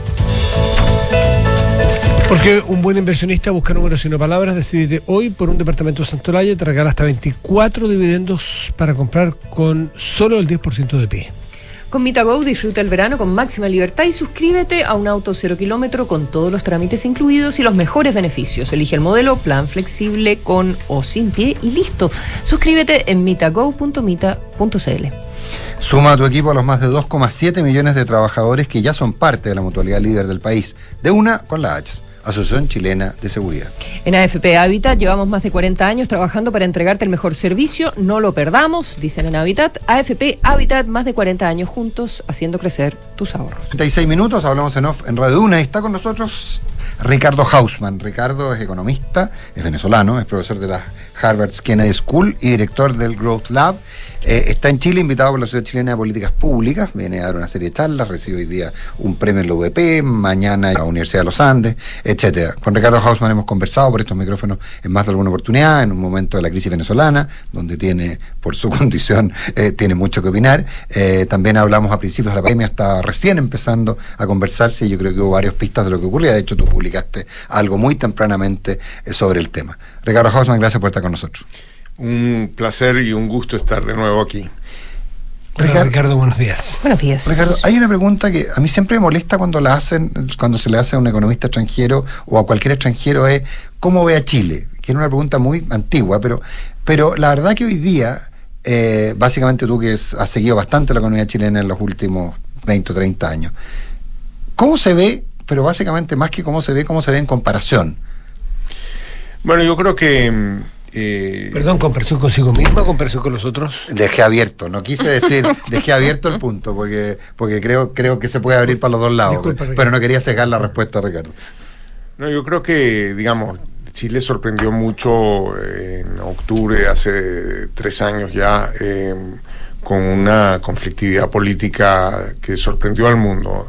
Porque un buen inversionista busca números y no palabras. Decídete hoy por un departamento de Santolaya. Te regala hasta veinticuatro dividendos para comprar con solo el diez por ciento de pie. Con MitaGo disfruta el verano con máxima libertad y suscríbete a un auto cero kilómetro con todos los trámites incluidos y los mejores beneficios. Elige el modelo, plan flexible con o sin pie y listo. Suscríbete en mitago punto mita punto c l. Suma a tu equipo a los más de dos coma siete millones de trabajadores que ya son parte de la mutualidad líder del país. De una con la H, Asociación Chilena de Seguridad. En A F P Habitat llevamos más de cuarenta años trabajando para entregarte el mejor servicio. No lo perdamos, dicen en Habitat. A F P Habitat, más de cuarenta años juntos haciendo crecer tus ahorros. treinta y seis minutos, hablamos en off en Radio Duna y está con nosotros Ricardo Hausmann. Ricardo es economista, es venezolano, es profesor de la Harvard Kennedy School y director del Growth Lab. Eh, está en Chile, invitado por la Sociedad Chilena de Políticas Públicas, viene a dar una serie de charlas, recibe hoy día un premio en la U V P, mañana en la Universidad de los Andes, etcétera. Con Ricardo Hausmann hemos conversado por estos micrófonos en más de alguna oportunidad, en un momento de la crisis venezolana, donde tiene, por su condición, eh, tiene mucho que opinar. Eh, también hablamos a principios de la pandemia, hasta recién empezando a conversarse, y yo creo que hubo varias pistas de lo que ocurría. De hecho, tú publicaste algo muy tempranamente eh, sobre el tema. Ricardo Hausmann, gracias por estar con nosotros. Un placer y un gusto estar de nuevo aquí. Ricardo, Ricardo, buenos días. Buenos días. Ricardo, hay una pregunta que a mí siempre me molesta cuando la hacen, cuando se le hace a un economista extranjero o a cualquier extranjero, es ¿cómo ve a Chile? Que es una pregunta muy antigua, pero, pero la verdad que hoy día, eh, básicamente tú que has seguido bastante la economía chilena en los últimos veinte o treinta años, ¿cómo se ve? Pero básicamente más que cómo se ve, cómo se ve en comparación. Bueno, yo creo que... Eh, Perdón, ¿comparación consigo misma o comparación con los otros? Dejé abierto, no quise decir, dejé abierto el punto, porque porque creo creo que se puede abrir para los dos lados. Disculpa, pero no quería cegar la respuesta, Ricardo. No, yo creo que, digamos, Chile sorprendió mucho eh, en octubre, hace tres años ya, eh, con una conflictividad política que sorprendió al mundo.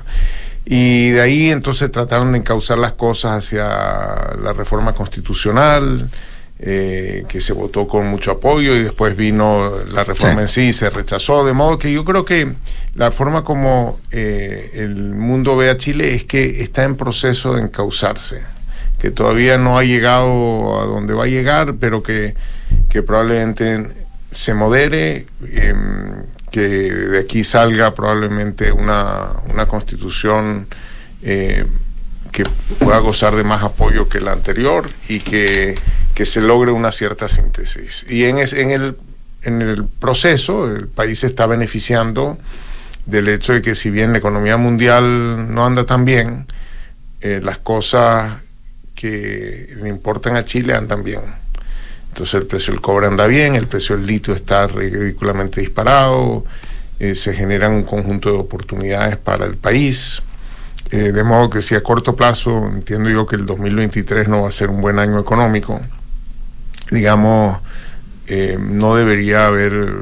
Y de ahí entonces trataron de encauzar las cosas hacia la reforma constitucional, Eh, que se votó con mucho apoyo, y después vino la reforma sí. en sí y se rechazó, de modo que yo creo que la forma como eh, el mundo ve a Chile es que está en proceso de encauzarse, que todavía no ha llegado a donde va a llegar, pero que, que probablemente se modere, eh, que de aquí salga probablemente una, una constitución eh, que pueda gozar de más apoyo que la anterior, y que que se logre una cierta síntesis. Y en, es, en, el, en el proceso, el país se está beneficiando del hecho de que, si bien la economía mundial no anda tan bien, eh, las cosas que le importan a Chile andan bien. Entonces el precio del cobre anda bien, el precio del litio está ridículamente disparado, eh, se generan un conjunto de oportunidades para el país. Eh, de modo que si a corto plazo entiendo yo que el dos mil veintitrés no va a ser un buen año económico, digamos, eh, no debería haber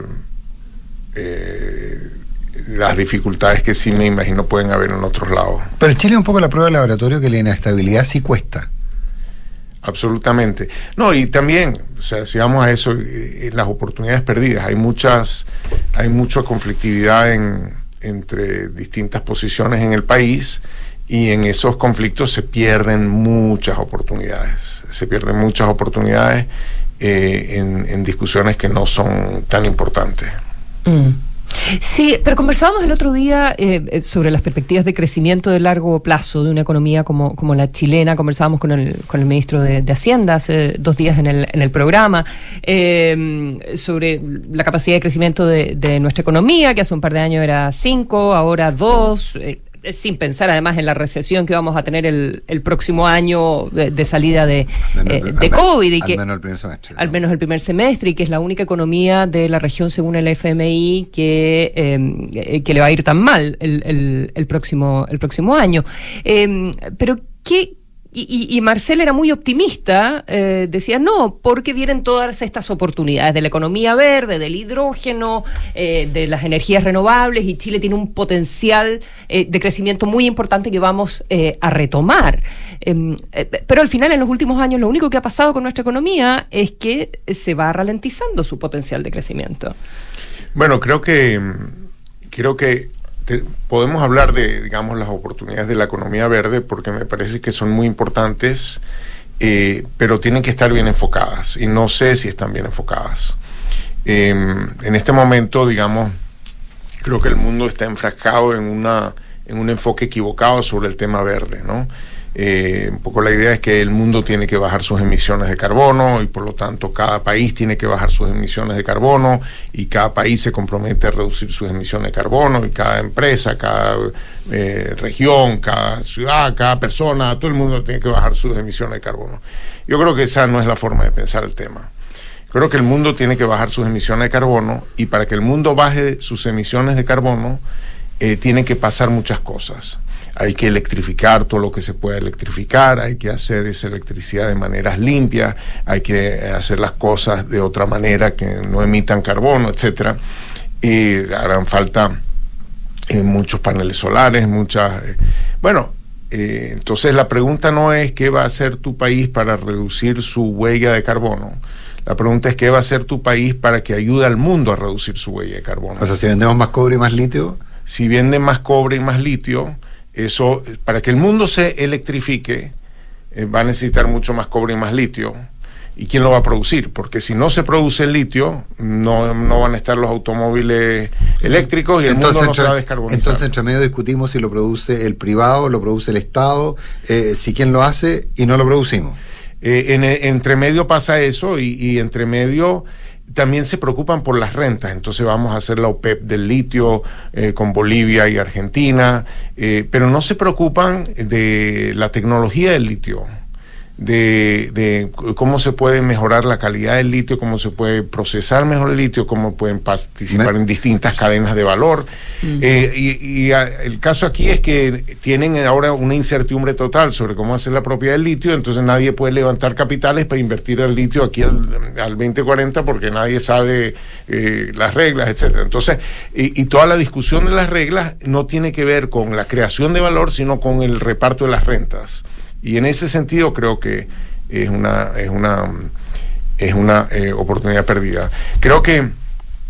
eh, las dificultades que sí me imagino pueden haber en otros lados. Pero Chile es un poco la prueba de laboratorio que la inestabilidad sí cuesta. Absolutamente. No, y también, o sea, si vamos a eso, eh, las oportunidades perdidas, hay muchas, hay mucha conflictividad en, entre distintas posiciones en el país, y en esos conflictos se pierden muchas oportunidades, se pierden muchas oportunidades eh, en, en discusiones que no son tan importantes. Mm. Sí, pero conversábamos el otro día eh, sobre las perspectivas de crecimiento de largo plazo de una economía como, como la chilena. Conversábamos con el, con el ministro de, de Hacienda hace dos días en el, en el programa eh, sobre la capacidad de crecimiento de, de nuestra economía, que hace un par de años era cinco, ahora dos, eh, sin pensar además en la recesión que vamos a tener el, el próximo año de, de salida de, eh, de COVID. Y que, al menos el primer semestre. Al menos el primer semestre, y que es la única economía de la región, según el F M I, que, eh, que le va a ir tan mal el, el, el, próximo, el próximo año. Eh, pero, ¿qué...? Y, y, y Marcel era muy optimista, eh, decía no, porque vienen todas estas oportunidades de la economía verde, del hidrógeno, eh, de las energías renovables, y Chile tiene un potencial eh, de crecimiento muy importante que vamos eh, a retomar. Eh, eh, pero al final, en los últimos años, lo único que ha pasado con nuestra economía es que se va ralentizando su potencial de crecimiento. Bueno, creo que creo que Te, podemos hablar de, digamos, las oportunidades de la economía verde, porque me parece que son muy importantes, eh, pero tienen que estar bien enfocadas, y no sé si están bien enfocadas. Eh, en este momento, digamos, creo que el mundo está enfrascado en una en un enfoque equivocado sobre el tema verde, ¿no? Eh, un poco la idea es que el mundo tiene que bajar sus emisiones de carbono, y por lo tanto cada país tiene que bajar sus emisiones de carbono, y cada país se compromete a reducir sus emisiones de carbono, y cada empresa, cada eh, región, cada ciudad, cada persona, todo el mundo tiene que bajar sus emisiones de carbono. Yo creo que esa no es la forma de pensar el tema. Creo que el mundo tiene que bajar sus emisiones de carbono, y para que el mundo baje sus emisiones de carbono eh, tienen que pasar muchas cosas. Hay que electrificar todo lo que se pueda electrificar, hay que hacer esa electricidad de maneras limpias, hay que hacer las cosas de otra manera que no emitan carbono, etcétera. Y harán falta eh, muchos paneles solares, muchas... Eh, bueno, eh, entonces la pregunta no es qué va a hacer tu país para reducir su huella de carbono. La pregunta es qué va a hacer tu país para que ayude al mundo a reducir su huella de carbono. O sea, si vendemos más cobre y más litio... Si venden más cobre y más litio... Eso, para que el mundo se electrifique, eh, va a necesitar mucho más cobre y más litio. ¿Y quién lo va a producir? Porque si no se produce el litio, no, no van a estar los automóviles eléctricos, y el entonces, mundo no entre, se va a descarbonizar. Entonces, entre medio discutimos si lo produce el privado, lo produce el Estado, eh, si quién lo hace, y no lo producimos. Eh, en, entre medio pasa eso, y, y entre medio... También se preocupan por las rentas. Entonces vamos a hacer la OPEP del litio eh, con Bolivia y Argentina, eh, pero no se preocupan de la tecnología del litio, de, de cómo se puede mejorar la calidad del litio, cómo se puede procesar mejor el litio, cómo pueden participar Me... en distintas cadenas de valor. Mm. Eh, y, y a, el caso aquí es que tienen ahora una incertidumbre total sobre cómo hacer la propiedad del litio, entonces nadie puede levantar capitales para invertir el litio aquí al, al veinte cuarenta, porque nadie sabe eh, las reglas, etcétera. Entonces, y, y toda la discusión de las reglas no tiene que ver con la creación de valor, sino con el reparto de las rentas. Y en ese sentido creo que es una es una es una eh, oportunidad perdida. Creo que eh,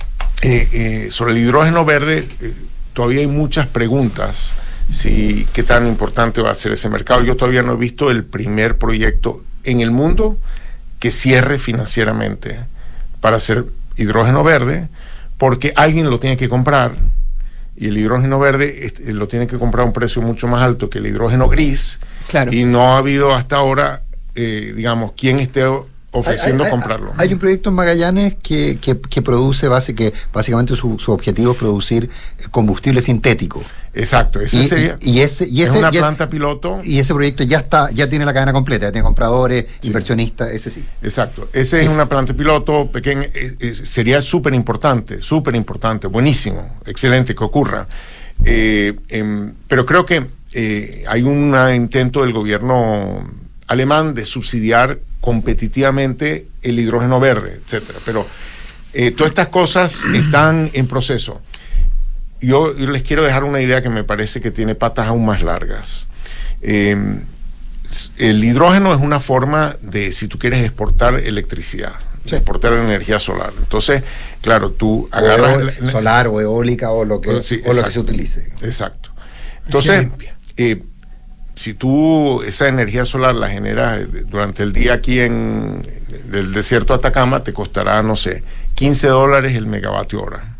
eh, sobre el hidrógeno verde eh, todavía hay muchas preguntas. Si qué tan importante va a ser ese mercado. Yo todavía no he visto el primer proyecto en el mundo que cierre financieramente para hacer hidrógeno verde, porque alguien lo tiene que comprar. Y el hidrógeno verde este, lo tiene que comprar a un precio mucho más alto que el hidrógeno gris. Claro. Y no ha habido hasta ahora, eh, digamos, quien esté ofreciendo hay, hay, comprarlo. Hay un proyecto en Magallanes que, que, que produce, base, que básicamente su, su objetivo es producir combustible sintético. Exacto, ese y, sería, y, y ese, y es ese, una y planta ese, piloto. Y ese proyecto ya está, ya tiene la cadena completa, ya tiene compradores, sí. inversionistas, ese sí. Exacto, ese es una planta piloto pequeña, eh, eh, sería súper importante, súper importante, buenísimo, excelente que ocurra. Eh, eh, pero creo que eh, hay un intento del gobierno alemán de subsidiar competitivamente el hidrógeno verde, etcétera. Pero eh, todas estas cosas están en proceso. Yo, yo les quiero dejar una idea que me parece que tiene patas aún más largas. Eh, el hidrógeno es una forma de, si tú quieres exportar electricidad, sí. exportar energía solar. Entonces, claro, tú agarras... O la, solar o eólica o lo que, sí, o lo que se utilice. Exacto. Entonces, eh, si tú esa energía solar la generas durante el día aquí en el desierto de Atacama, te costará, no sé, quince dólares el megavatio hora.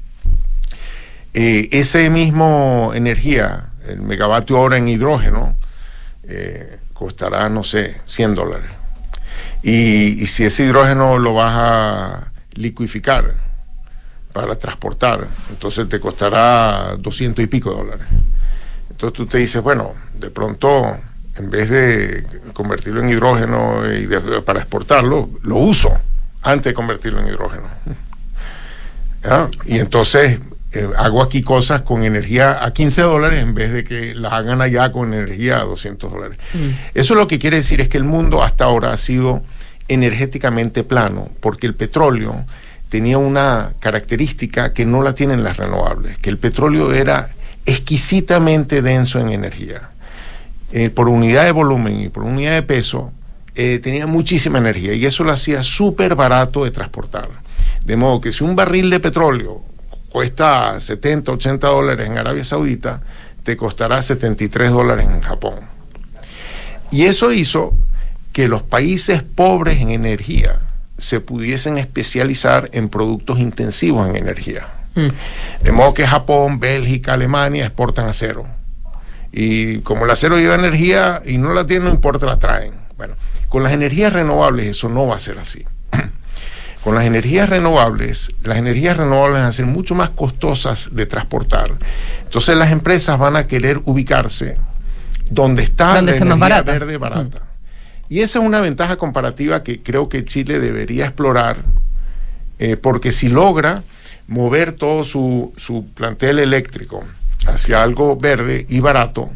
Eh, ese mismo energía, el megavatio hora en hidrógeno, eh, costará, no sé, cien dólares. Y, y si ese hidrógeno lo vas a liquificar para transportar, entonces te costará doscientos y pico dólares. Entonces tú te dices, bueno, de pronto, en vez de convertirlo en hidrógeno y de, para exportarlo, lo uso antes de convertirlo en hidrógeno. ¿Ya? Y entonces eh, hago aquí cosas con energía a quince dólares en vez de que las hagan allá con energía a doscientos dólares. Mm. Eso lo que quiere decir es que el mundo hasta ahora ha sido energéticamente plano, porque el petróleo tenía una característica que no la tienen las renovables, que el petróleo era exquisitamente denso en energía. Eh, por unidad de volumen y por unidad de peso, eh, tenía muchísima energía y eso lo hacía súper barato de transportar. De modo que si un barril de petróleo cuesta setenta, ochenta dólares en Arabia Saudita, te costará setenta y tres dólares en Japón. Y eso hizo que los países pobres en energía se pudiesen especializar en productos intensivos en energía. De modo que Japón, Bélgica, Alemania exportan acero. Y como el acero lleva energía y no la tienen, no importa, la traen. Bueno, con las energías renovables eso no va a ser así. Con las energías renovables, las energías renovables van a ser mucho más costosas de transportar. Entonces las empresas van a querer ubicarse donde está ¿Dónde la está energía más barata? verde barata. Mm. Y esa es una ventaja comparativa que creo que Chile debería explorar, eh, porque si logra mover todo su, su plantel eléctrico hacia algo verde y barato,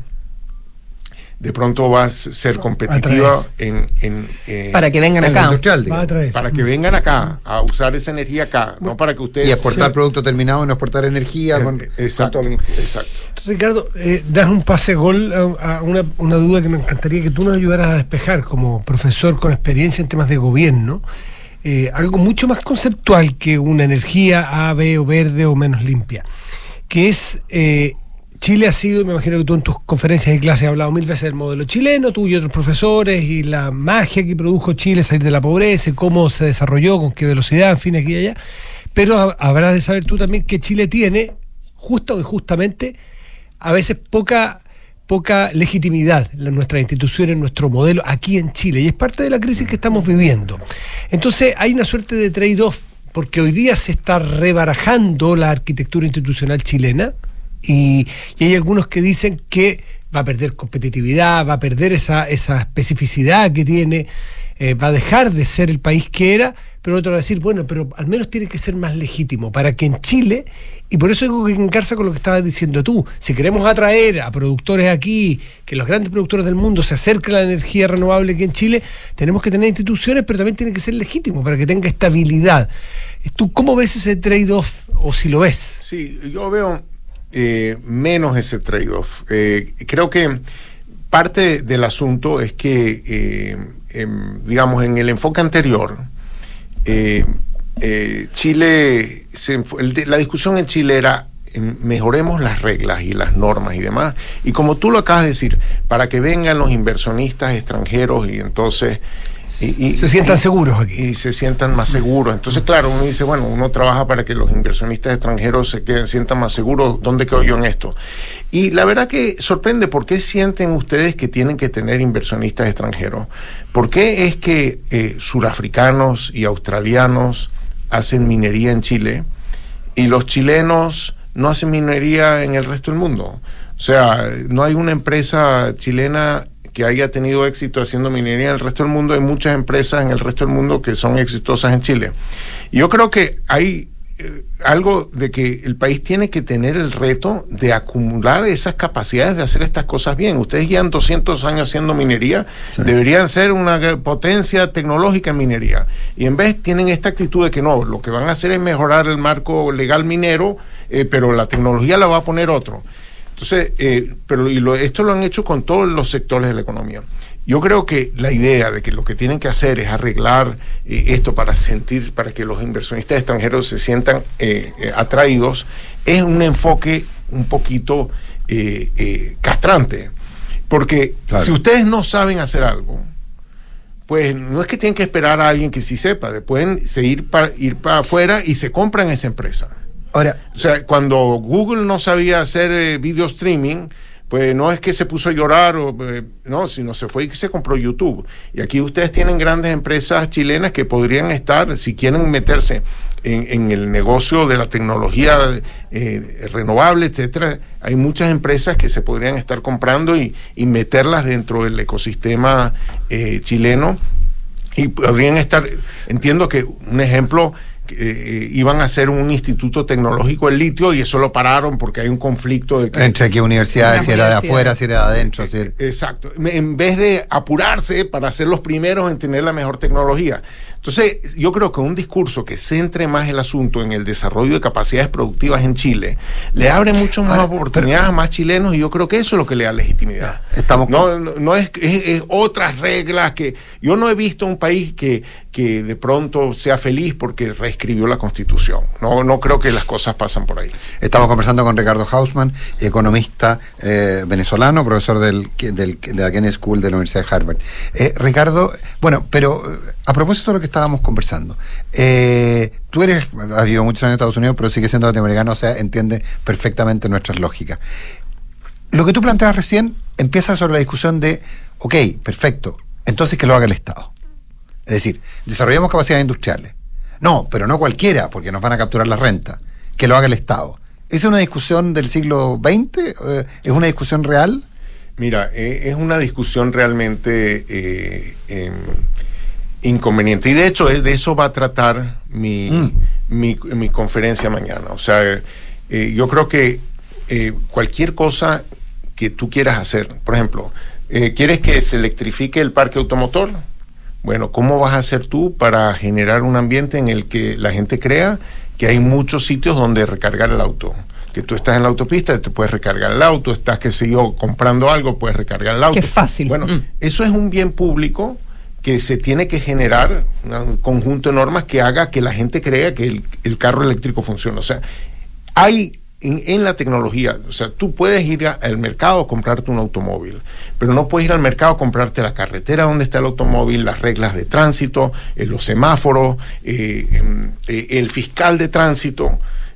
de pronto va a ser competitiva en, en, eh, para que vengan acá. Para que vengan acá a usar esa energía acá, no para que ustedes... Y exportar sí. producto terminado, no exportar energía. Eh, con, exacto, con exacto. Ricardo, eh, das un pase gol a, a una, una duda que me encantaría que tú nos ayudaras a despejar como profesor con experiencia en temas de gobierno. Eh, algo mucho más conceptual que una energía A, B o verde o menos limpia, que es... Eh, Chile ha sido, me imagino que tú en tus conferencias y clases has hablado mil veces del modelo chileno, tú y otros profesores, y la magia que produjo Chile salir de la pobreza, cómo se desarrolló, con qué velocidad, en fin, aquí y allá. Pero habrás de saber tú también que Chile tiene, justo o injustamente, a veces poca, poca legitimidad en nuestras instituciones, en nuestro modelo aquí en Chile, y es parte de la crisis que estamos viviendo. Entonces hay una suerte de trade-off, porque hoy día se está rebarajando la arquitectura institucional chilena, Y, y hay algunos que dicen que va a perder competitividad, va a perder esa, esa especificidad que tiene, eh, va a dejar de ser el país que era, pero otro va a decir, bueno, pero al menos tiene que ser más legítimo para que en Chile, y por eso digo que engarza con lo que estabas diciendo tú, si queremos atraer a productores aquí, que los grandes productores del mundo se acerquen a la energía renovable aquí en Chile, tenemos que tener instituciones, pero también tiene que ser legítimo para que tenga estabilidad. ¿Tú cómo ves ese trade-off, o si lo ves? Sí, yo veo... Eh, menos ese trade-off. Eh, creo que parte del asunto es que, eh, eh, digamos, en el enfoque anterior, eh, eh, Chile, se, el, la discusión en Chile era eh, mejoremos las reglas y las normas y demás, y como tú lo acabas de decir, para que vengan los inversionistas extranjeros y entonces... Y, y, se sientan y, seguros aquí. Y se sientan más seguros. Entonces, claro, uno dice, bueno, uno trabaja para que los inversionistas extranjeros se queden, sientan más seguros. ¿Dónde quedo yo en esto? Y la verdad que sorprende, ¿por qué sienten ustedes que tienen que tener inversionistas extranjeros? ¿Por qué es que eh, surafricanos y australianos hacen minería en Chile y los chilenos no hacen minería en el resto del mundo? O sea, no hay una empresa chilena que haya tenido éxito haciendo minería en el resto del mundo. Hay muchas empresas en el resto del mundo que son exitosas en Chile. Y yo creo que hay eh, algo de que el país tiene que tener el reto de acumular esas capacidades de hacer estas cosas bien. Ustedes llevan doscientos años haciendo minería, sí. deberían ser una potencia tecnológica en minería. Y en vez tienen esta actitud de que no, lo que van a hacer es mejorar el marco legal minero, eh, pero la tecnología la va a poner otro. Entonces, eh, pero y lo, esto lo han hecho con todos los sectores de la economía. Yo creo que la idea de que lo que tienen que hacer es arreglar eh, esto para sentir, para que los inversionistas extranjeros se sientan eh, eh, atraídos, es un enfoque un poquito eh, eh, castrante. Porque claro. si ustedes no saben hacer algo, pues no es que tienen que esperar a alguien que sí sepa, pueden seguir para ir para afuera y se compran esa empresa. Ahora, o sea, cuando Google no sabía hacer eh, video streaming, pues no es que se puso a llorar, o, eh, no, sino se fue y se compró YouTube. Y aquí ustedes tienen grandes empresas chilenas que podrían estar, si quieren meterse en, en el negocio de la tecnología eh, renovable, etcétera. Hay muchas empresas que se podrían estar comprando y, y meterlas dentro del ecosistema eh, chileno. Y podrían estar, entiendo que un ejemplo... Eh, iban a hacer un instituto tecnológico en litio y eso lo pararon porque hay un conflicto de que, entre qué universidades, si era de afuera, si era de adentro. Si era... Exacto, en vez de apurarse para ser los primeros en tener la mejor tecnología. Entonces yo creo que un discurso que centre más el asunto en el desarrollo de capacidades productivas en Chile le abre mucho más Ahora, oportunidades pero, a más chilenos, y yo creo que eso es lo que le da legitimidad. Estamos no, no, no es, es, es otras reglas que yo no he visto un país que, que de pronto sea feliz porque reescribió la Constitución. No, no creo que las cosas pasan por ahí. Estamos conversando con Ricardo Hausmann, economista eh, venezolano, profesor del, del, de la Kennedy School de la Universidad de Harvard. Eh, Ricardo, bueno, pero a propósito de lo que estábamos conversando, eh, tú eres, has vivido muchos años en Estados Unidos, pero sigue siendo latinoamericano, o sea, entiende perfectamente nuestras lógicas. Lo que tú planteas recién empieza sobre la discusión de, ok, perfecto, entonces que lo haga el Estado. Es decir, desarrollamos capacidades industriales. No, pero no cualquiera, porque nos van a capturar la renta. Que lo haga el Estado. ¿Esa es una discusión del siglo veinte? ¿Es una discusión real? Mira, eh, es una discusión realmente eh, eh, inconveniente. Y de hecho, de eso va a tratar mi, mm. mi, mi conferencia mañana. O sea, eh, yo creo que eh, cualquier cosa que tú quieras hacer, por ejemplo, eh, ¿quieres que se electrifique el parque automotor? Bueno, ¿cómo vas a hacer tú para generar un ambiente en el que la gente crea que hay muchos sitios donde recargar el auto? Que tú estás en la autopista, te puedes recargar el auto, estás, qué sé yo, comprando algo, puedes recargar el auto. Qué fácil. Bueno, mm. eso es un bien público que se tiene que generar un conjunto de normas que haga que la gente crea que el, el carro eléctrico funciona. O sea, hay en, en la tecnología, o sea, tú puedes ir a, al mercado a comprarte un automóvil, pero no puedes ir al mercado a comprarte la carretera donde está el automóvil, las reglas de tránsito, eh, los semáforos, eh, eh, el fiscal de tránsito.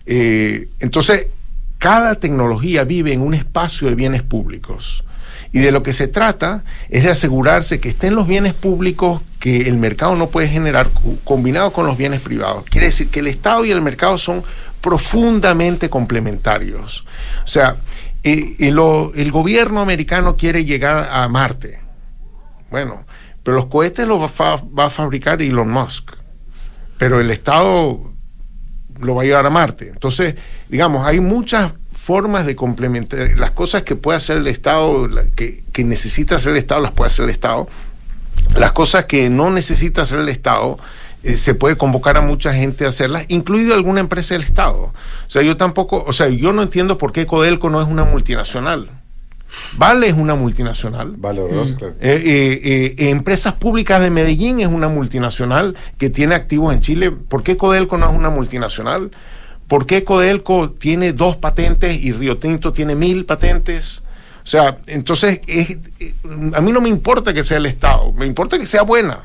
Eh, entonces, cada tecnología vive en un espacio de bienes públicos. Y de lo que se trata es de asegurarse que estén los bienes públicos que el mercado no puede generar combinados con los bienes privados. Quiere decir que el Estado y el mercado son profundamente complementarios. O sea, eh, el, el gobierno americano quiere llegar a Marte. Bueno, pero los cohetes los va, fa, va a fabricar Elon Musk. Pero el Estado lo va a llevar a Marte. Entonces, digamos, hay muchas formas de complementar las cosas que puede hacer el Estado, la, que, que necesita hacer el Estado, las puede hacer el Estado. Las cosas que no necesita hacer el Estado, eh, se puede convocar a mucha gente a hacerlas, incluido alguna empresa del Estado. O sea, yo tampoco, o sea, yo no entiendo por qué Codelco no es una multinacional. Vale es una multinacional. Vale, mm. claro. eh, eh, eh, Empresas Públicas de Medellín es una multinacional que tiene activos en Chile. ¿Por qué Codelco no es una multinacional? ¿Por qué Codelco tiene dos patentes y Río Tinto tiene mil patentes? O sea, entonces, es, a mí no me importa que sea el Estado, me importa que sea buena.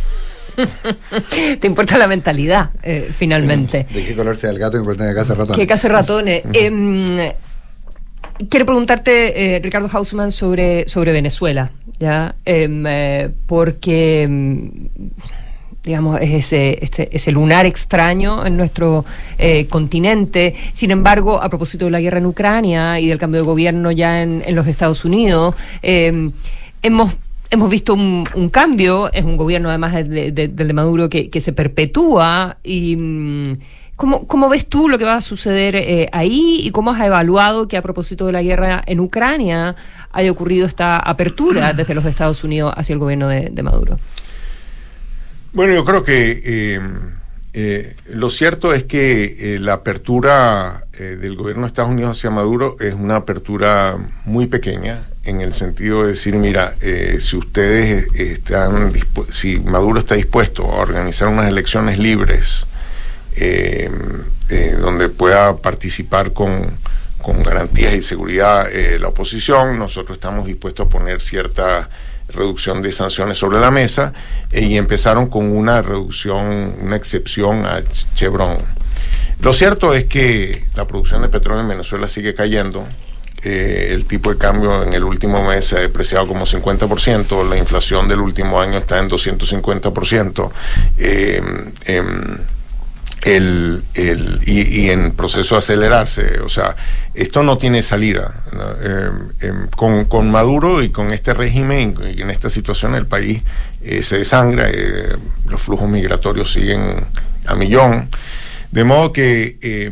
Te importa la mentalidad, eh, finalmente. Sí. ¿De qué color sea el gato? Importante que hace ratones. Que hace ratones. eh, quiero preguntarte, eh, Ricardo Hausmann, sobre, sobre Venezuela, ¿ya? Eh, porque... digamos, es ese, este, ese lunar extraño en nuestro eh, continente. Sin embargo, a propósito de la guerra en Ucrania y del cambio de gobierno ya en, en los Estados Unidos, eh, hemos hemos visto un, un cambio. Es un gobierno, además del de, de, de Maduro, que, que se perpetúa y... ¿Cómo, ¿Cómo ves tú lo que va a suceder eh, ahí y cómo has evaluado que a propósito de la guerra en Ucrania haya ocurrido esta apertura desde los Estados Unidos hacia el gobierno de, de Maduro? Bueno, yo creo que eh, eh, lo cierto es que eh, la apertura eh, del gobierno de Estados Unidos hacia Maduro es una apertura muy pequeña, en el sentido de decir, mira, eh, si ustedes están, si Maduro está dispuesto a organizar unas elecciones libres, eh, eh, donde pueda participar con, con garantías y seguridad eh, la oposición, nosotros estamos dispuestos a poner cierta reducción de sanciones sobre la mesa, eh, y empezaron con una reducción, una excepción a Chevron. Lo cierto es que la producción de petróleo en Venezuela sigue cayendo. Eh, el tipo de cambio en el último mes se ha depreciado como cincuenta por ciento, la inflación del último año está en doscientos cincuenta por ciento, eh, eh, el, el, y, y en proceso de acelerarse. O sea, esto no tiene salida, ¿no? Eh, eh, con, con Maduro y con este régimen y en esta situación el país eh, se desangra, eh, los flujos migratorios siguen a millón, de modo que eh,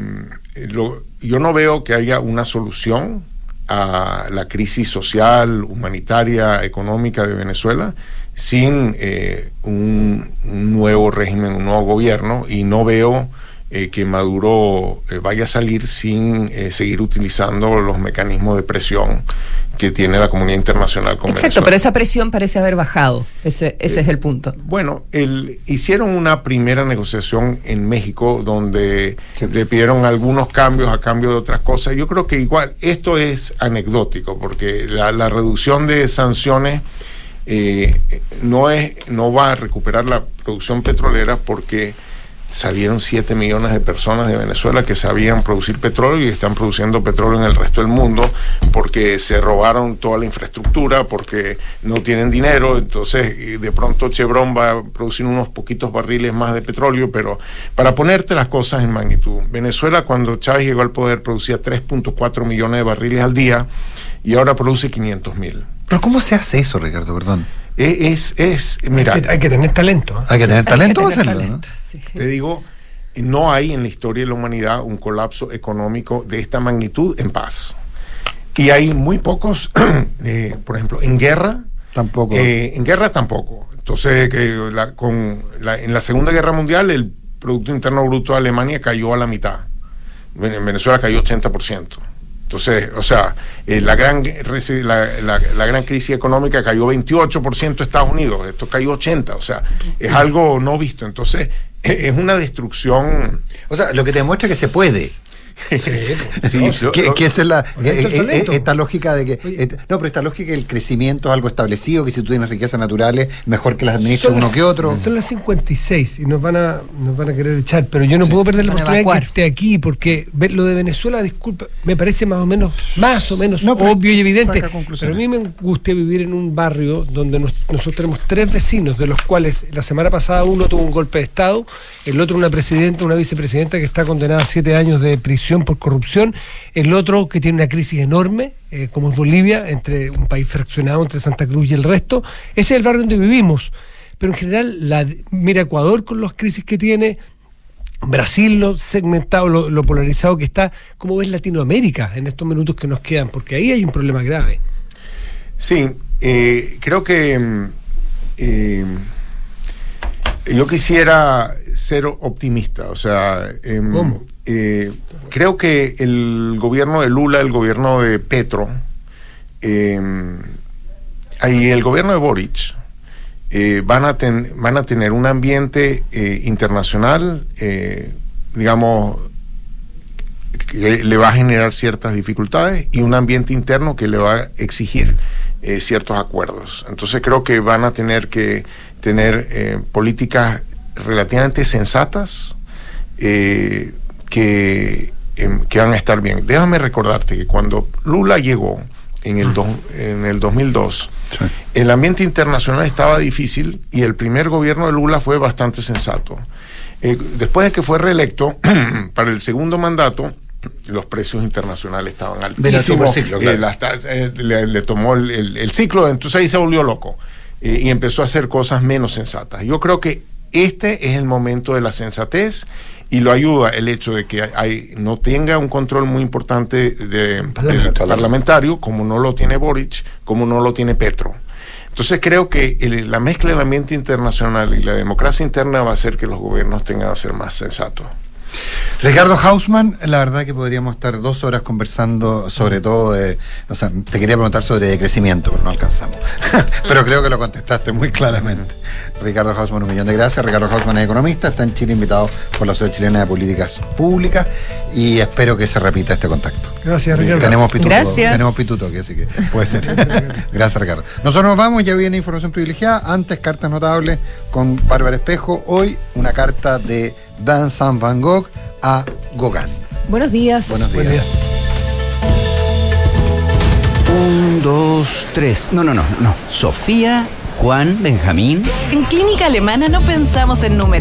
lo, yo no veo que haya una solución a la crisis social, humanitaria, económica de Venezuela sin eh, un, un nuevo régimen, un nuevo gobierno, y no veo eh, que Maduro eh, vaya a salir sin eh, seguir utilizando los mecanismos de presión que tiene la comunidad internacional con Exacto, Venezuela. pero esa presión parece haber bajado, ese, ese eh, es el punto. Bueno, el, hicieron una primera negociación en México donde sí. le pidieron algunos cambios a cambio de otras cosas. Yo creo que igual esto es anecdótico, porque la, la reducción de sanciones eh, no es no va a recuperar la producción petrolera, porque salieron siete millones de personas de Venezuela que sabían producir petróleo y están produciendo petróleo en el resto del mundo, porque se robaron toda la infraestructura, porque no tienen dinero. Entonces de pronto Chevron va a producir unos poquitos barriles más de petróleo. Pero para ponerte las cosas en magnitud, Venezuela cuando Chávez llegó al poder producía tres punto cuatro millones de barriles al día y ahora produce quinientos mil. ¿Pero cómo se hace eso, Ricardo? Perdón. Es, es, es mira, hay que, hay que tener talento. ¿eh? Hay que tener talento para hacerlo, talento, ¿no? Sí. Te digo, no hay en la historia de la humanidad un colapso económico de esta magnitud en paz. Y hay muy pocos, eh, por ejemplo, en guerra. Tampoco. Eh, en guerra tampoco. Entonces, que la, con la, en la Segunda Guerra Mundial, el Producto Interno Bruto de Alemania cayó a la mitad. En Venezuela cayó ochenta por ciento. Entonces, o sea, eh, la, gran, la, la, la gran crisis económica cayó veintiocho por ciento Estados Unidos, esto cayó ochenta por ciento, o sea, es algo no visto. Entonces, es una destrucción. O sea, lo que te demuestra que se puede. Sí, sí, no, que, que esa es la eh, eh, esta lógica de que eh, no, pero esta lógica que el crecimiento es algo establecido, que si tú tienes riquezas naturales mejor que las administres uno que otro. Son las cincuenta y seis y nos van a nos van a querer echar, pero yo no sí, puedo perder la oportunidad evacuar. que esté aquí, porque ver lo de Venezuela, disculpa, me parece más o menos más o menos no, obvio y evidente, pero a mí me gusta vivir en un barrio donde nos, nosotros tenemos tres vecinos, de los cuales la semana pasada uno tuvo un golpe de estado, el otro una presidenta, una vicepresidenta que está condenada a siete años de prisión por corrupción, el otro que tiene una crisis enorme, eh, como es Bolivia, entre un país fraccionado entre Santa Cruz y el resto. Ese es el barrio donde vivimos, pero en general la, mira Ecuador con las crisis que tiene, Brasil lo segmentado, lo, lo polarizado que está. ¿Cómo ves Latinoamérica en estos minutos que nos quedan? Porque ahí hay un problema grave. Sí, eh, creo que eh, yo quisiera ser optimista, o sea, eh, ¿cómo? Eh, creo que el gobierno de Lula, el gobierno de Petro eh, y el gobierno de Boric eh, van, a ten, van a tener un ambiente eh, internacional, eh, digamos, que le va a generar ciertas dificultades, y un ambiente interno que le va a exigir eh, ciertos acuerdos. Entonces creo que van a tener que tener eh, políticas relativamente sensatas, eh, Que, eh, que van a estar bien. Déjame recordarte que cuando Lula llegó en el, do, en el dos mil dos, sí, el ambiente internacional estaba difícil y el primer gobierno de Lula fue bastante sensato. Eh, después de que fue reelecto, para el segundo mandato, los precios internacionales estaban altísimos. Ciclo, claro. eh, la, eh, le, le tomó el, el, el ciclo, entonces ahí se volvió loco eh, y empezó a hacer cosas menos sensatas. Yo creo que este es el momento de la sensatez, y lo ayuda el hecho de que hay, no tenga un control muy importante de, de parlamentario, como no lo tiene Boric, como no lo tiene Petro. Entonces creo que el, la mezcla del ambiente internacional y la democracia interna va a hacer que los gobiernos tengan que ser más sensatos. Ricardo Hausmann, la verdad que podríamos estar dos horas conversando sobre todo de, o sea, te quería preguntar sobre crecimiento, pero no alcanzamos. Pero creo que lo contestaste muy claramente. Ricardo Hausmann, un millón de gracias. Ricardo Hausmann es economista, está en Chile invitado por la Sociedad Chilena de Políticas Públicas y espero que se repita este contacto. Gracias, Ricardo. Tenemos pituto, gracias. tenemos pituto, así que puede ser. Gracias, Ricardo. Nosotros nos vamos, ya viene información privilegiada. Antes, cartas notables con Bárbara Espejo. Hoy, una carta de Vincent Van Gogh a Gauguin. Buenos días. Buenos días. Buen día. Un, dos, tres. No, no, no, no. Sofía, Juan, Benjamín. En Clínica Alemana no pensamos en números.